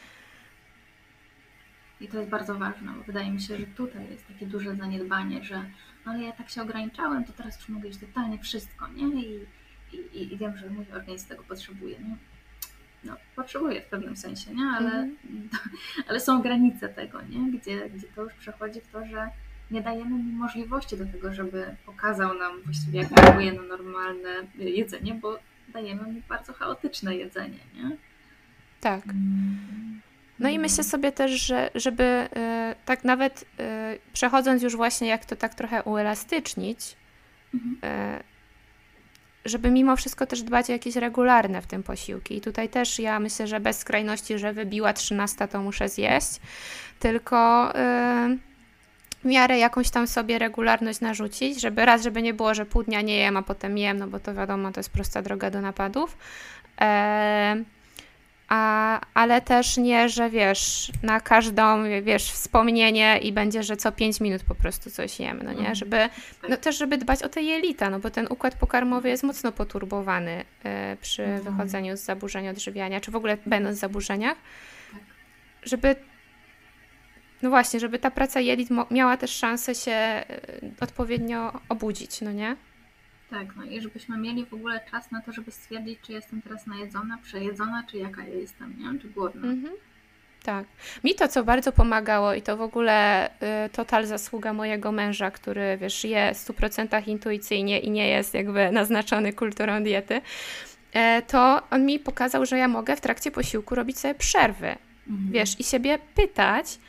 I to jest bardzo ważne, bo wydaje mi się, że tutaj jest takie duże zaniedbanie, że no ale ja tak się ograniczałem, to teraz już mogę jeść totalnie wszystko, nie? I, i, i wiem, że mój organizm tego potrzebuje, nie? No, potrzebuje w pewnym sensie, nie? Ale, mm. ale są granice tego, nie? Gdzie, gdzie to już przechodzi w to, że nie dajemy mu możliwości do tego, żeby pokazał nam właściwie, jak reaguje na normalne jedzenie, bo dajemy mu bardzo chaotyczne jedzenie, nie? Tak. Mm. No i myślę sobie też, że żeby y, tak nawet y, przechodząc już właśnie jak to tak trochę uelastycznić, mhm. y, żeby mimo wszystko też dbać o jakieś regularne w tym posiłki. I tutaj też ja myślę, że bez skrajności, że wybiła trzynasta, to muszę zjeść, tylko y, w miarę jakąś tam sobie regularność narzucić, żeby raz, żeby nie było, że pół dnia nie jem, a potem jem, no bo to wiadomo, to jest prosta droga do napadów. E, A, ale też nie, że wiesz, na każdą, wiesz, wspomnienie i będzie, że co pięć minut po prostu coś jemy, no nie? Żeby, no też żeby dbać o te jelita, no bo ten układ pokarmowy jest mocno poturbowany y, przy mhm. wychodzeniu z zaburzeń odżywiania, czy w ogóle będąc w zaburzeniach, żeby, no właśnie, żeby ta praca jelit mo- miała też szansę się y, odpowiednio obudzić, no nie? Tak, no i żebyśmy mieli w ogóle czas na to, żeby stwierdzić, czy jestem teraz najedzona, przejedzona, czy jaka ja jestem, nie? Czy głodna. Mhm. Tak. Mi to, co bardzo pomagało i to w ogóle y, total zasługa mojego męża, który, wiesz, je w stu procentach intuicyjnie i nie jest jakby naznaczony kulturą diety, y, to on mi pokazał, że ja mogę w trakcie posiłku robić sobie przerwy, mhm. wiesz, i siebie pytać,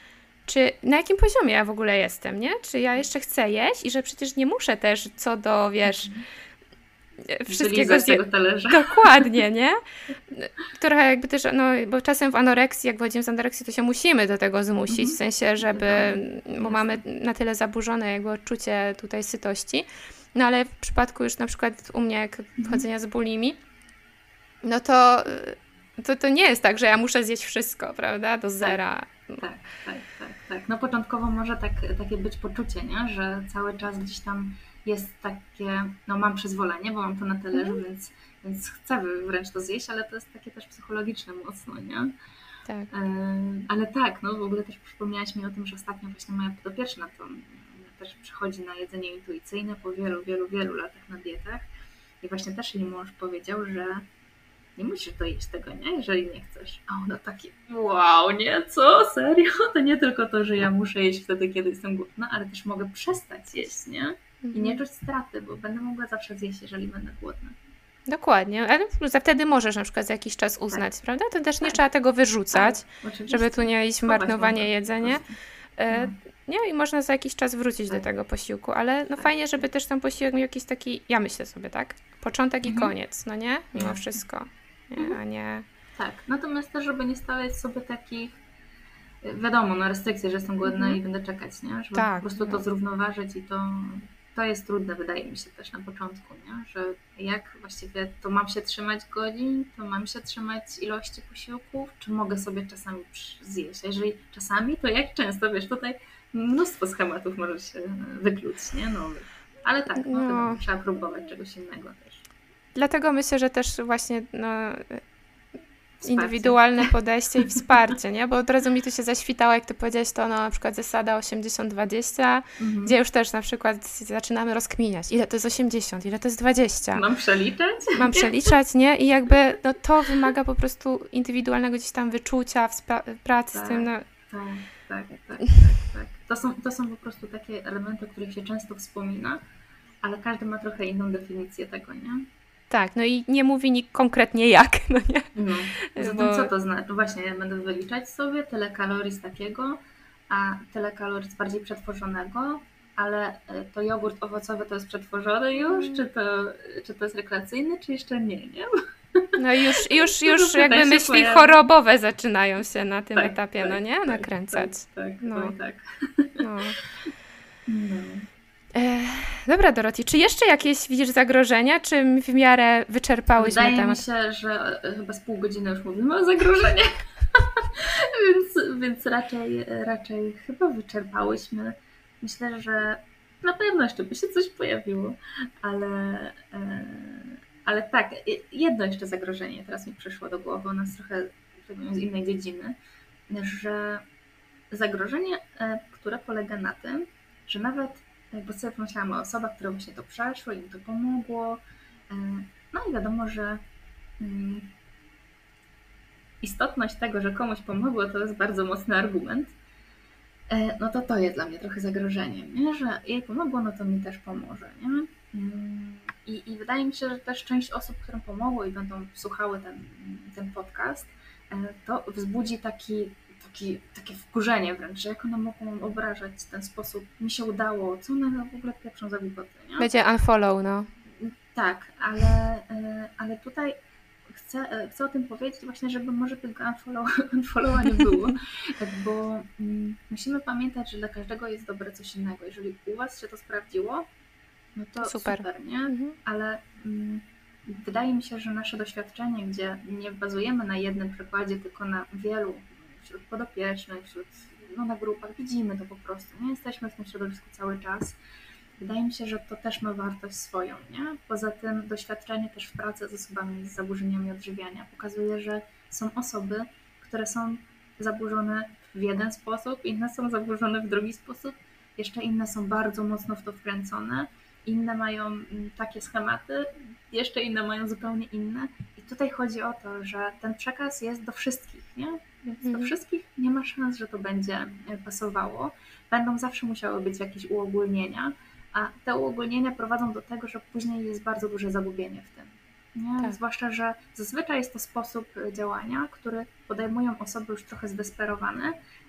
czy na jakim poziomie ja w ogóle jestem, nie? Czy ja jeszcze chcę jeść i że przecież nie muszę też co do, wiesz, wszystkiego z tego talerza. Dokładnie, nie? Trochę jakby też, no, bo czasem w anoreksji, jak wchodzimy z anoreksji, to się musimy do tego zmusić, w sensie, żeby, bo mamy na tyle zaburzone jakby odczucie tutaj sytości. No ale w przypadku już na przykład u mnie, jak wchodzenia z bulimi, no to, to to nie jest tak, że ja muszę zjeść wszystko, prawda, do zera. Tak, tak, tak, tak, tak. No początkowo może tak, takie być poczucie, nie? Że cały czas gdzieś tam jest takie, no mam przyzwolenie, bo mam to na talerzu, mm. więc, więc chcę wręcz to zjeść, ale to jest takie też psychologiczne mocno, nie? Tak. E, ale tak, no w ogóle też przypomniałaś mi o tym, że ostatnio właśnie moja podopieczna to też przychodzi na jedzenie intuicyjne po wielu, wielu, wielu latach na dietach i właśnie też jej mąż powiedział, że nie musisz dojeść tego, nie? Jeżeli nie chcesz. A ona takie, wow, nie, co? Serio? To nie tylko to, że ja muszę jeść wtedy, kiedy jestem głodna, ale też mogę przestać jeść, nie? I nie czuć straty, bo będę mogła zawsze zjeść, jeżeli będę głodna. Dokładnie, ale wtedy możesz na przykład za jakiś czas uznać, tak. prawda? To też nie tak. trzeba tego wyrzucać, tak, żeby tu nie iść w marnowanie jedzenia. E, nie, i można za jakiś czas wrócić tak. do tego posiłku, ale no tak. fajnie, żeby też ten posiłek miał jakiś taki, ja myślę sobie, tak? Początek mhm. i koniec, no nie? Mimo wszystko. Nie, a nie... Tak, natomiast też, żeby nie stawiać sobie takich, wiadomo, no restrykcje, że jestem głodna mhm. i będę czekać, nie? Żeby tak, po prostu no. to zrównoważyć i to, to jest trudne, wydaje mi się też na początku, nie? Że jak właściwie to mam się trzymać godzin, to mam się trzymać ilości posiłków, czy mogę sobie czasami zjeść, a jeżeli czasami, to jak często, wiesz, tutaj mnóstwo schematów może się wykluć, nie? Nowych. Ale tak, no, no. trzeba próbować czegoś innego też. Dlatego myślę, że też właśnie no, indywidualne podejście i wsparcie, nie? Bo od razu mi tu się zaświtało, jak ty powiedziałeś, to no, na przykład zasada osiemdziesiąt dwadzieścia, mhm. gdzie już też na przykład zaczynamy rozkminiać, ile to jest osiemdziesiąt, ile to jest dwadzieścia. Mam przeliczać? Mam przeliczać, nie? I jakby no, to wymaga po prostu indywidualnego gdzieś tam wyczucia, wspra- pracy tak, z tym. No. Tak, tak, tak, tak, tak. To są, to są po prostu takie elementy, o których się często wspomina, ale każdy ma trochę inną definicję tego, nie? Tak, no i nie mówi nikt konkretnie jak, no nie? No. Zatem Bo... co to znaczy? Właśnie, ja będę wyliczać sobie tyle kalorii z takiego, a tyle kalorii z bardziej przetworzonego, ale to jogurt owocowy to jest przetworzony już, mm. czy, to, czy to jest rekreacyjny, czy jeszcze nie, nie? No i już, już, już jakby myśli pojawia. chorobowe zaczynają się na tym tak, etapie, tak, no nie? Tak, Nakręcać. Tak, tak, no. tak. No. no. E, dobra, Doroty, czy jeszcze jakieś widzisz zagrożenia, czy w miarę wyczerpałyśmy Wydaje temat? Wydaje mi się, że chyba z pół godziny już mówimy o zagrożeniach, więc, więc raczej, raczej chyba wyczerpałyśmy. Myślę, że na pewno jeszcze by się coś pojawiło, ale, ale tak, jedno jeszcze zagrożenie teraz mi przyszło do głowy, ono jest trochę z innej dziedziny, że zagrożenie, które polega na tym, że nawet bo sobie pomyślałam o osobach, które właśnie to przeszły, im to pomogło. No i wiadomo, że istotność tego, że komuś pomogło, to jest bardzo mocny argument. No to to jest dla mnie trochę zagrożeniem, nie? Że jej pomogło, no to mi też pomoże, nie? I, I wydaje mi się, że też część osób, którym pomogło i będą słuchały ten, ten podcast, to wzbudzi taki Taki, takie wkurzenie wręcz, że jak one mogą obrażać w ten sposób, mi się udało, co one w ogóle pieprzą za głupoty, nie? Będzie unfollow, no. Tak, ale, ale tutaj chcę, chcę o tym powiedzieć właśnie, żeby może tego unfollow, unfollowa nie było, bo mm, musimy pamiętać, że dla każdego jest dobre coś innego. Jeżeli u Was się to sprawdziło, no to super, super nie? Mhm. Ale mm, wydaje mi się, że nasze doświadczenie, gdzie nie bazujemy na jednym przykładzie, tylko na wielu, wśród podopiecznych, wśród, no na grupach, widzimy to po prostu, nie jesteśmy w tym środowisku cały czas. Wydaje mi się, że to też ma wartość swoją, nie? Poza tym doświadczenie też w pracy z osobami z zaburzeniami odżywiania pokazuje, że są osoby, które są zaburzone w jeden sposób, inne są zaburzone w drugi sposób, jeszcze inne są bardzo mocno w to wkręcone, inne mają takie schematy, jeszcze inne mają zupełnie inne. I tutaj chodzi o to, że ten przekaz jest do wszystkich, nie? Więc do wszystkich nie ma szans, że to będzie pasowało. Będą zawsze musiały być jakieś uogólnienia, a te uogólnienia prowadzą do tego, że później jest bardzo duże zagubienie w tym. Nie? Tak. Zwłaszcza, że zazwyczaj jest to sposób działania, który podejmują osoby już trochę zdesperowane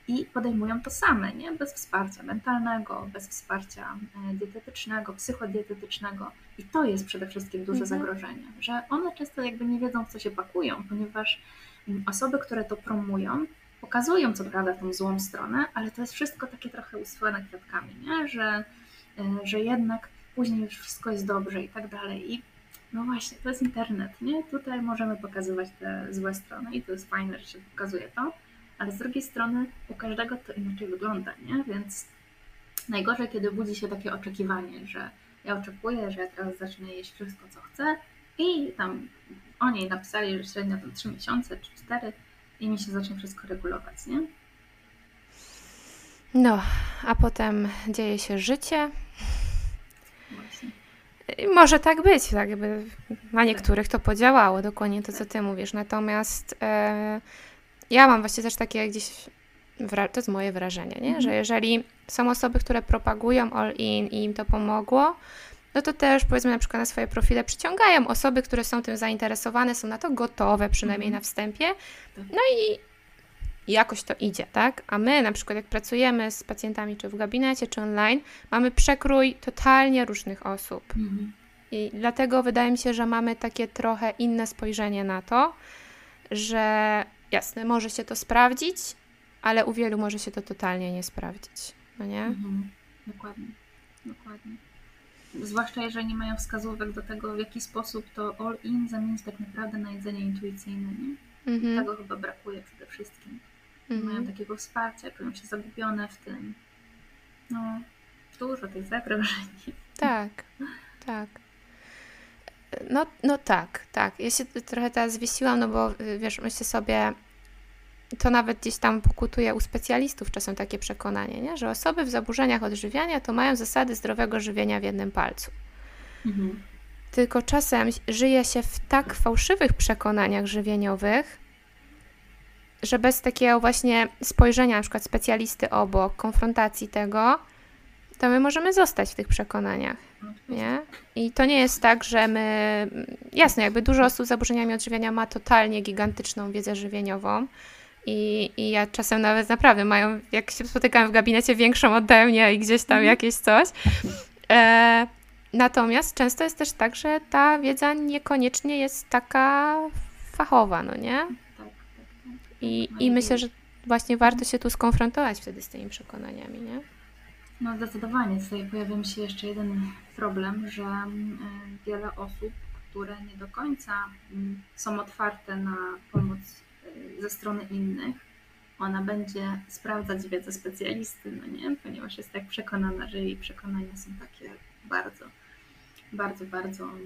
i podejmują to same, nie? Bez wsparcia mentalnego, bez wsparcia dietetycznego, psychodietetycznego. I to jest przede wszystkim duże Mhm. zagrożenie, że one często jakby nie wiedzą, w co się pakują, ponieważ osoby, które to promują, pokazują co prawda tą złą stronę, ale to jest wszystko takie trochę usłane kwiatkami, nie? Że, że jednak później już wszystko jest dobrze i tak dalej. I no właśnie, to jest internet, nie? Tutaj możemy pokazywać te złe strony i to jest fajne, że się pokazuje to, ale z drugiej strony u każdego to inaczej wygląda, nie? Więc najgorzej, kiedy budzi się takie oczekiwanie, że ja oczekuję, że ja teraz zacznę jeść wszystko, co chcę i tam oni napisali, że średnio tam trzy miesiące czy cztery i mi się zacznie wszystko regulować, nie? No, a potem dzieje się życie. Właśnie. I może tak być, tak jakby na niektórych to podziałało, dokładnie to, co ty mówisz. Natomiast e, ja mam właśnie też takie gdzieś, wra- to jest moje wrażenie, nie? Mhm. Że jeżeli są osoby, które propagują all in i im to pomogło, no to też powiedzmy na przykład na swoje profile przyciągają osoby, które są tym zainteresowane, są na to gotowe przynajmniej Mhm. na wstępie. No i jakoś to idzie, tak? A my na przykład jak pracujemy z pacjentami czy w gabinecie, czy online, mamy przekrój totalnie różnych osób. Mhm. I dlatego wydaje mi się, że mamy takie trochę inne spojrzenie na to, że jasne, może się to sprawdzić, ale u wielu może się to totalnie nie sprawdzić, no nie? Mhm. Dokładnie, dokładnie. Zwłaszcza jeżeli nie mają wskazówek do tego, w jaki sposób to all in zamienić tak naprawdę na jedzenie intuicyjne, nie? Mhm. Tego chyba brakuje przede wszystkim. Nie Mhm. mają takiego wsparcia, czują się zagubione w tym. No, dużo tych zagrożeń. Tak, tak. No, no tak, tak. Ja się trochę teraz zwiesiłam, no bo wiesz, myślę sobie, to nawet gdzieś tam pokutuje u specjalistów czasem takie przekonanie, nie? Że osoby w zaburzeniach odżywiania to mają zasady zdrowego żywienia w jednym palcu. Mhm. Tylko czasem żyje się w tak fałszywych przekonaniach żywieniowych, że bez takiego właśnie spojrzenia na przykład specjalisty obok, konfrontacji tego, to my możemy zostać w tych przekonaniach, nie? I to nie jest tak, że my... Jasne, jakby dużo osób z zaburzeniami odżywiania ma totalnie gigantyczną wiedzę żywieniową i, i ja czasem nawet naprawdę mają, jak się spotykam w gabinecie, większą ode mnie i gdzieś tam jakieś coś. E, natomiast często jest też tak, że ta wiedza niekoniecznie jest taka fachowa, no nie? Tak, tak, tak. I, I myślę, że właśnie warto się tu skonfrontować wtedy z tymi przekonaniami, nie? No zdecydowanie. Tutaj pojawia mi się jeszcze jeden problem, że wiele osób, które nie do końca są otwarte na pomoc ze strony innych, ona będzie sprawdzać wiedzę specjalisty, no nie? Ponieważ jest tak przekonana, że jej przekonania są takie bardzo, bardzo, bardzo e,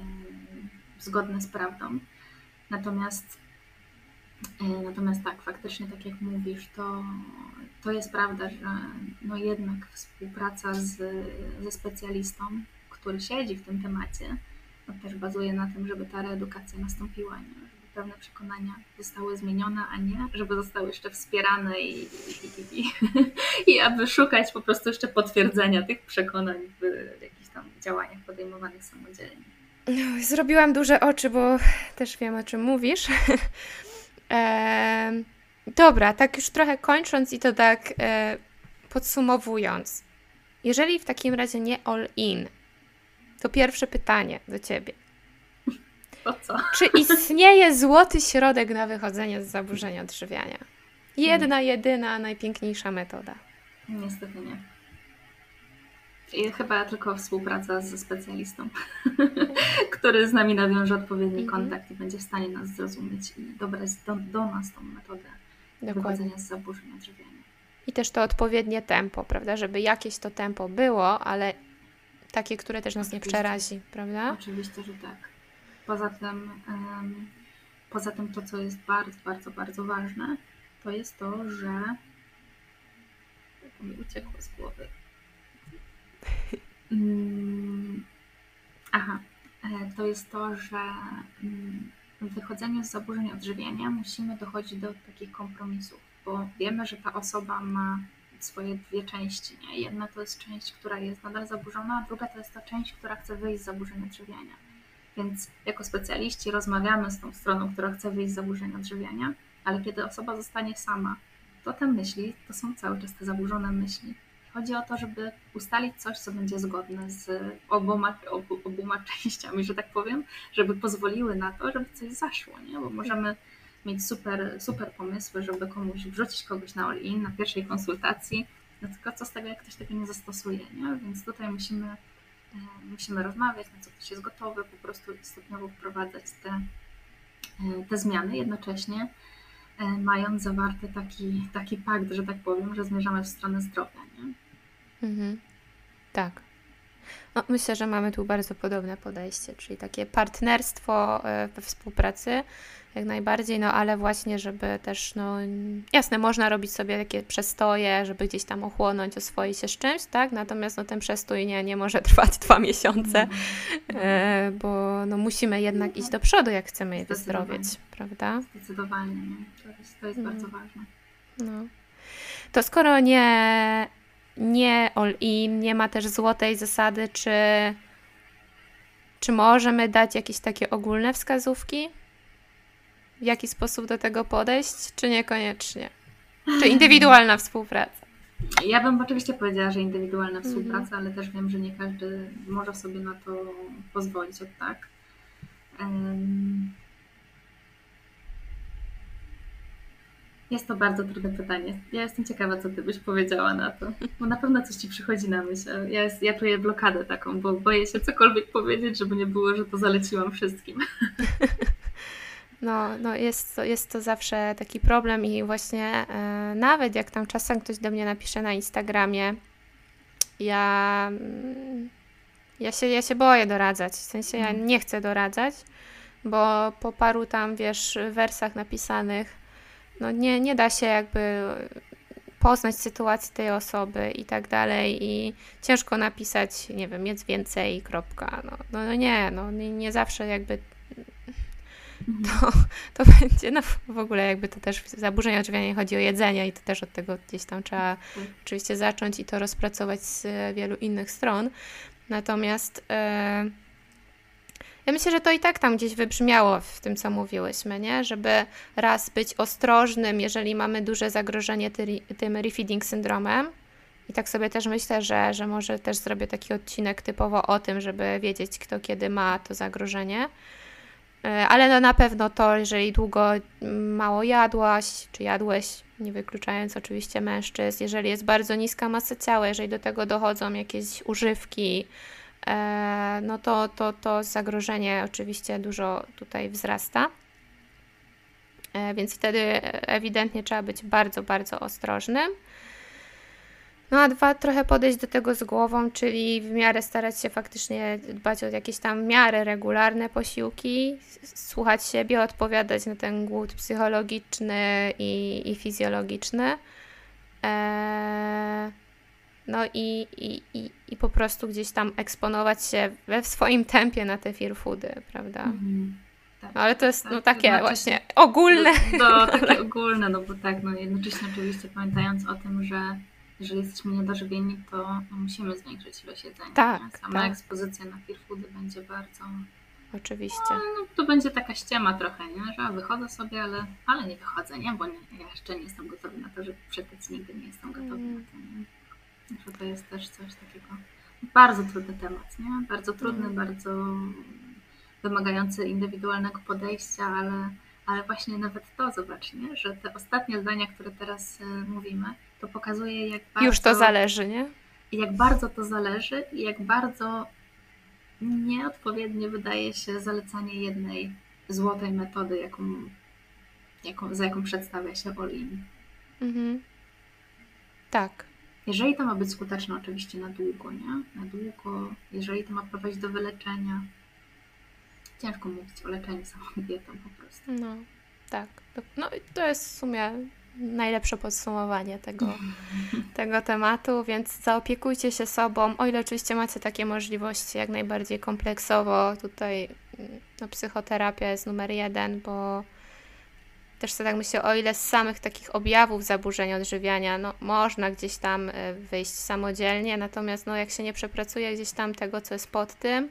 zgodne z prawdą. Natomiast, e, natomiast tak, faktycznie tak jak mówisz, to, to jest prawda, że no jednak współpraca z, ze specjalistą, który siedzi w tym temacie, no też bazuje na tym, żeby ta reedukacja nastąpiła, nie? Żeby pewne przekonania zostały zmienione, a nie, żeby zostały jeszcze wspierane i, i, i, i, i aby szukać po prostu jeszcze potwierdzenia tych przekonań w jakichś tam działaniach podejmowanych samodzielnie. No, zrobiłam duże oczy, bo też wiem, o czym mówisz. e, dobra, tak już trochę kończąc i to tak e, podsumowując. Jeżeli w takim razie nie all in, to pierwsze pytanie do ciebie. To co? Czy istnieje złoty środek na wychodzenie z zaburzenia odżywiania? Jedna, nie. jedyna, najpiękniejsza metoda. Niestety nie. I chyba tylko współpraca ze specjalistą, który z nami nawiąże odpowiedni mhm. kontakt i będzie w stanie nas zrozumieć i dobrać do, do nas tą metodę Dokładnie. wychodzenia z zaburzeń odżywiania. I też to odpowiednie tempo, prawda? Żeby jakieś to tempo było, ale takie, które też nas Oczywiście. nie przerazi, prawda? Oczywiście, że tak. Poza tym, um, poza tym to, co jest bardzo, bardzo, bardzo ważne, to jest to, że to mi uciekło z głowy. Um, aha, to jest to, że um, w wychodzeniu z zaburzeń odżywiania musimy dochodzić do takich kompromisów, bo wiemy, że ta osoba ma swoje dwie części. Nie? Jedna to jest część, która jest nadal zaburzona, a druga to jest ta część, która chce wyjść z zaburzeń odżywiania. Więc jako specjaliści rozmawiamy z tą stroną, która chce wyjść z zaburzeń odżywiania, ale kiedy osoba zostanie sama to te myśli to są cały czas te zaburzone myśli. Chodzi o to, żeby ustalić coś, co będzie zgodne z oboma, obu, oboma częściami, że tak powiem, żeby pozwoliły na to, żeby coś zaszło, nie? Bo możemy mieć super, super pomysły, żeby komuś wrzucić kogoś na all-in, na pierwszej konsultacji, no tylko co z tego, jak ktoś tego nie zastosuje, nie? Więc tutaj musimy, musimy rozmawiać, na co ktoś jest gotowy, po prostu stopniowo wprowadzać te, te zmiany, jednocześnie mając zawarty taki, taki pakt, że tak powiem, że zmierzamy w stronę zdrowia, nie? Mhm. Tak. No, myślę, że mamy tu bardzo podobne podejście, czyli takie partnerstwo we współpracy, jak najbardziej, no ale właśnie, żeby też, no jasne, można robić sobie takie przestoje, żeby gdzieś tam ochłonąć, oswoić się z czymś, tak, natomiast no ten przestój nie, nie może trwać dwa miesiące, e, bo no musimy jednak iść do przodu, jak chcemy je wyzdrowieć, prawda? Zdecydowanie, nie? To jest, to jest hmm. bardzo ważne. No. To skoro nie, nie all in, nie ma też złotej zasady, czy, czy możemy dać jakieś takie ogólne wskazówki? W jaki sposób do tego podejść, czy niekoniecznie? Czy indywidualna współpraca? Ja bym oczywiście powiedziała, że indywidualna współpraca, mm. ale też wiem, że nie każdy może sobie na to pozwolić od tak. Um, jest to bardzo trudne pytanie. Ja jestem ciekawa, co ty byś powiedziała na to, bo na pewno coś ci przychodzi na myśl. Ja, jest, ja czuję blokadę taką, bo boję się cokolwiek powiedzieć, żeby nie było, że to zaleciłam wszystkim. No, no jest, to, jest to zawsze taki problem i właśnie e, nawet jak tam czasem ktoś do mnie napisze na Instagramie, ja, ja, się, ja się boję doradzać, w sensie ja nie chcę doradzać, bo po paru tam, wiesz, wersach napisanych, no nie, nie da się jakby poznać sytuacji tej osoby i tak dalej i ciężko napisać, nie wiem, jedz więcej, kropka, no, no, no nie, no nie, nie zawsze jakby To, to będzie, no w ogóle jakby to też zaburzenia odżywiania, chodzi o jedzenie i to też od tego gdzieś tam trzeba oczywiście zacząć i to rozpracować z wielu innych stron. Natomiast e, ja myślę, że to i tak tam gdzieś wybrzmiało w tym, co mówiłyśmy, nie? Żeby raz być ostrożnym, jeżeli mamy duże zagrożenie ty, tym refeeding syndromem. I tak sobie też myślę, że, że może też zrobię taki odcinek typowo o tym, żeby wiedzieć, kto kiedy ma to zagrożenie. Ale no na pewno to, jeżeli długo mało jadłaś, czy jadłeś, nie wykluczając oczywiście mężczyzn, jeżeli jest bardzo niska masa ciała, jeżeli do tego dochodzą jakieś używki, no to, to, to zagrożenie oczywiście dużo tutaj wzrasta. Więc wtedy ewidentnie trzeba być bardzo, bardzo ostrożnym. No a dwa, trochę podejść do tego z głową, czyli w miarę starać się faktycznie dbać o jakieś tam w miarę regularne posiłki, słuchać siebie, odpowiadać na ten głód psychologiczny i, i fizjologiczny. Eee, no i, i, i, i po prostu gdzieś tam eksponować się we swoim tempie na te fear foody, prawda? Mhm. Tak, no ale to jest tak, no takie to właśnie ogólne. To takie ogólne, no bo tak, no jednocześnie oczywiście pamiętając o tym, że jeżeli jesteśmy niedożywieni, to musimy zwiększyć ilość jedzenia. Tak, Sama tak. ekspozycja na fear foody będzie bardzo... Oczywiście. No, no, to będzie taka ściema trochę, nie? Że wychodzę sobie, ale, ale nie wychodzę, nie? Bo nie, ja jeszcze nie jestem gotowy na to, żeby przetyc, nigdy nie jestem gotowy mm. na to, nie? Że to jest też coś takiego bardzo trudny temat, nie? Bardzo trudny, mm. bardzo wymagający indywidualnego podejścia, ale, ale właśnie nawet to, zobacz, nie? Że te ostatnie zdania, które teraz y, mówimy, to pokazuje, jak bardzo... Już to zależy, nie? Jak bardzo to zależy i jak bardzo nieodpowiednie wydaje się zalecanie jednej złotej metody, jaką, jaką, za jaką przedstawia się all-in. Mhm. Tak. Jeżeli to ma być skuteczne oczywiście na długo, nie? Na długo, jeżeli to ma prowadzić do wyleczenia, ciężko mówić o leczeniu samą dietą po prostu. No, tak. No i to jest w sumie najlepsze podsumowanie tego, tego tematu, więc zaopiekujcie się sobą, o ile oczywiście macie takie możliwości, jak najbardziej kompleksowo. Tutaj no, psychoterapia jest numer jeden, bo też sobie tak myślę, o ile z samych takich objawów zaburzeń odżywiania, no można gdzieś tam wyjść samodzielnie, natomiast no jak się nie przepracuje gdzieś tam tego, co jest pod tym,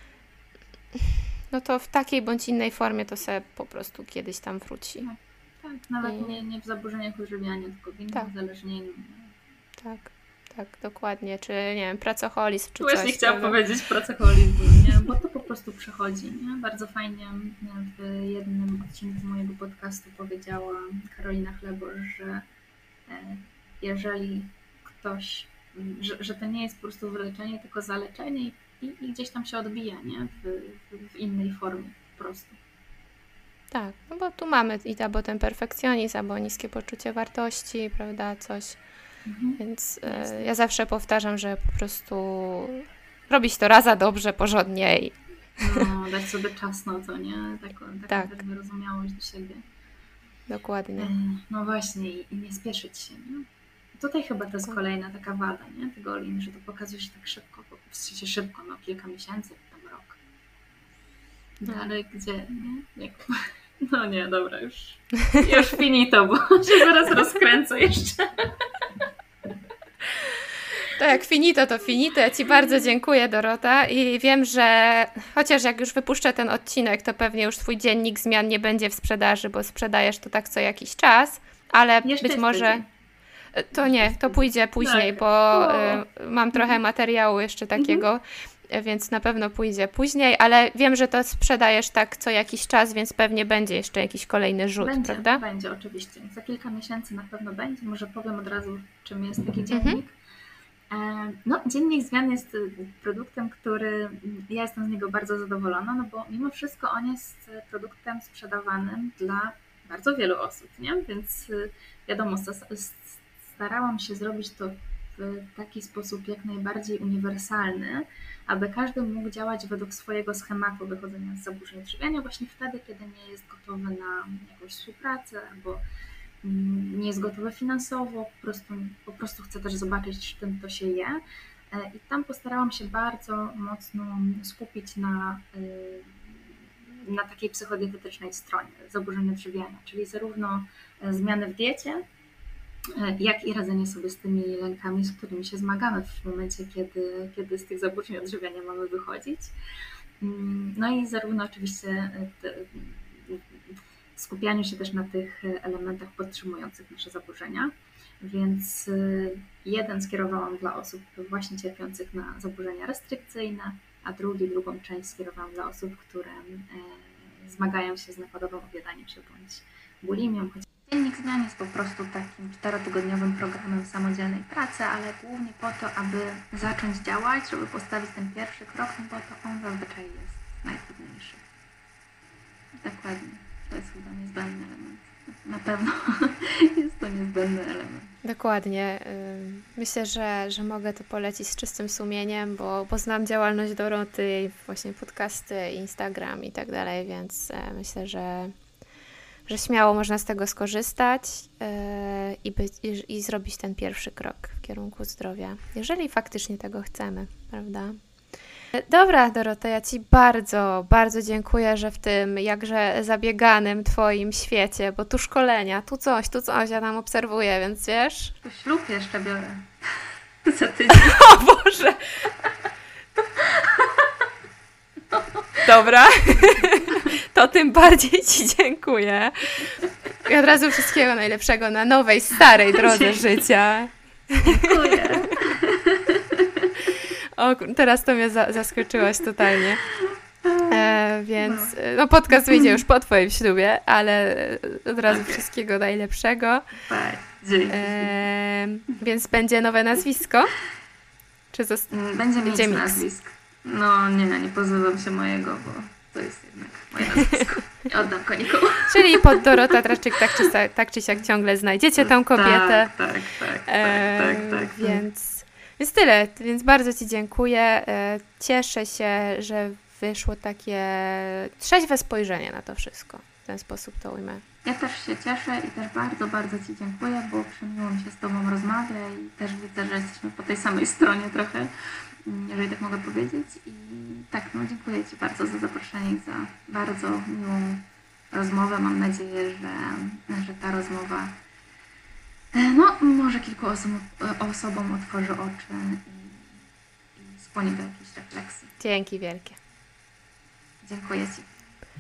no to w takiej bądź innej formie to sobie po prostu kiedyś tam wróci. Tak, Nawet I... nie, nie w zaburzeniach odżywiania, tylko w innym tak. uzależnieniu. Tak, tak, dokładnie. Czy nie wiem, pracoholizm, czy Właśnie coś. chciałam prawda? powiedzieć pracoholizm, nie? Bo to po prostu przechodzi. Nie? Bardzo fajnie w jednym odcinku mojego podcastu powiedziała Karolina Chlebosz, że jeżeli ktoś, że, że to nie jest po prostu wyleczenie, tylko zaleczenie i, i gdzieś tam się odbija, nie? W, w, w innej formie po prostu. Tak, no bo tu mamy i albo ten perfekcjonizm, albo niskie poczucie wartości, prawda, coś. Mhm. Więc e, ja zawsze powtarzam, że po prostu robić to raz za dobrze, porządnie i... No, dać sobie czas na to, nie? Taką, taką tak. też wyrozumiałość do siebie. Dokładnie. No właśnie, i nie spieszyć się, nie? Tutaj chyba to jest kolejna taka wada, nie? Tego Olin, że to pokazuje się tak szybko, w sensie szybko, no kilka miesięcy, tam rok. No, ale gdzie, nie? Jak... No nie, dobra, już, już finito, bo się zaraz rozkręcę jeszcze. To jak finito, to finito. Ja Ci bardzo dziękuję, Dorota, i wiem, że chociaż jak już wypuszczę ten odcinek, to pewnie już Twój dziennik zmian nie będzie w sprzedaży, bo sprzedajesz to tak co jakiś czas, ale jeszcze być może... tydzień. To nie, to pójdzie później, tak. bo y, mam trochę materiału jeszcze takiego, mm-hmm. więc na pewno pójdzie później, ale wiem, że to sprzedajesz tak co jakiś czas, więc pewnie będzie jeszcze jakiś kolejny rzut, będzie, prawda? Będzie, oczywiście. Za kilka miesięcy na pewno będzie. Może powiem od razu, czym jest taki dziennik. Mm-hmm. No, dziennik zmian jest produktem, który ja jestem z niego bardzo zadowolona, no bo mimo wszystko on jest produktem sprzedawanym dla bardzo wielu osób, nie? Więc wiadomo, starałam się zrobić to w taki sposób jak najbardziej uniwersalny, aby każdy mógł działać według swojego schematu wychodzenia z zaburzeń odżywiania właśnie wtedy, kiedy nie jest gotowy na jakąś współpracę albo nie jest gotowy finansowo, po prostu, po prostu chce też zobaczyć, czym to się je. I tam postarałam się bardzo mocno skupić na, na takiej psychodietetycznej stronie zaburzeń odżywiania, czyli zarówno zmiany w diecie, jak i radzenie sobie z tymi lękami, z którymi się zmagamy w momencie, kiedy, kiedy z tych zaburzeń odżywiania mamy wychodzić. No i zarówno oczywiście te, skupianiu się też na tych elementach podtrzymujących nasze zaburzenia, więc jeden skierowałam dla osób właśnie cierpiących na zaburzenia restrykcyjne, a drugi, drugą część skierowałam dla osób, które zmagają się z nakładowym objadaniem się bądź bulimią. Dziennik zmian jest po prostu takim czterotygodniowym programem samodzielnej pracy, ale głównie po to, aby zacząć działać, żeby postawić ten pierwszy krok, no bo to on zazwyczaj jest najtrudniejszy. Dokładnie. To jest chyba niezbędny element. Na pewno jest to niezbędny element. Dokładnie. Myślę, że, że mogę to polecić z czystym sumieniem, bo, bo znam działalność Doroty, właśnie podcasty, Instagram i tak dalej, więc myślę, że że śmiało można z tego skorzystać yy, i, być, i, i zrobić ten pierwszy krok w kierunku zdrowia, jeżeli faktycznie tego chcemy, prawda? Dobra, Dorota, ja Ci bardzo, bardzo dziękuję, że w tym jakże zabieganym Twoim świecie, bo tu szkolenia, tu coś, tu coś, ja tam obserwuję, więc wiesz? To ślub jeszcze biorę. Za tydzień. O Boże! Dobra, to tym bardziej Ci dziękuję. I od razu wszystkiego najlepszego na nowej, starej drodze Dzięki. życia. Dziękuję. O, teraz to mnie za- zaskoczyłaś totalnie. E, więc no podcast wyjdzie już po Twoim ślubie, ale od razu okay. wszystkiego najlepszego. Tak, dzięki. E, więc będzie nowe nazwisko? Czy zost- będzie mieć nazwisko. No nie, nie pozbywam się mojego, bo to jest jednak moje nazwisko. Nie oddam go nikomu. Czyli pod Dorota Traszczyk tak czy, tak czy siak ciągle znajdziecie tą kobietę. Tak, tak, tak, e, tak, tak, tak. Więc, więc tyle, więc bardzo Ci dziękuję. Cieszę się, że wyszło takie trzeźwe spojrzenie na to wszystko. W ten sposób to ujmę. Ja też się cieszę i też bardzo, bardzo Ci dziękuję, bo przymiło mi się z Tobą rozmawia i też widzę, że jesteśmy po tej samej stronie trochę, jeżeli tak mogę powiedzieć. I tak, no dziękuję Ci bardzo za zaproszenie i za bardzo miłą rozmowę. Mam nadzieję, że, że ta rozmowa no, może kilku osom, osobom otworzy oczy i, i skłoni do jakiejś refleksji. Dzięki wielkie. Dziękuję Ci.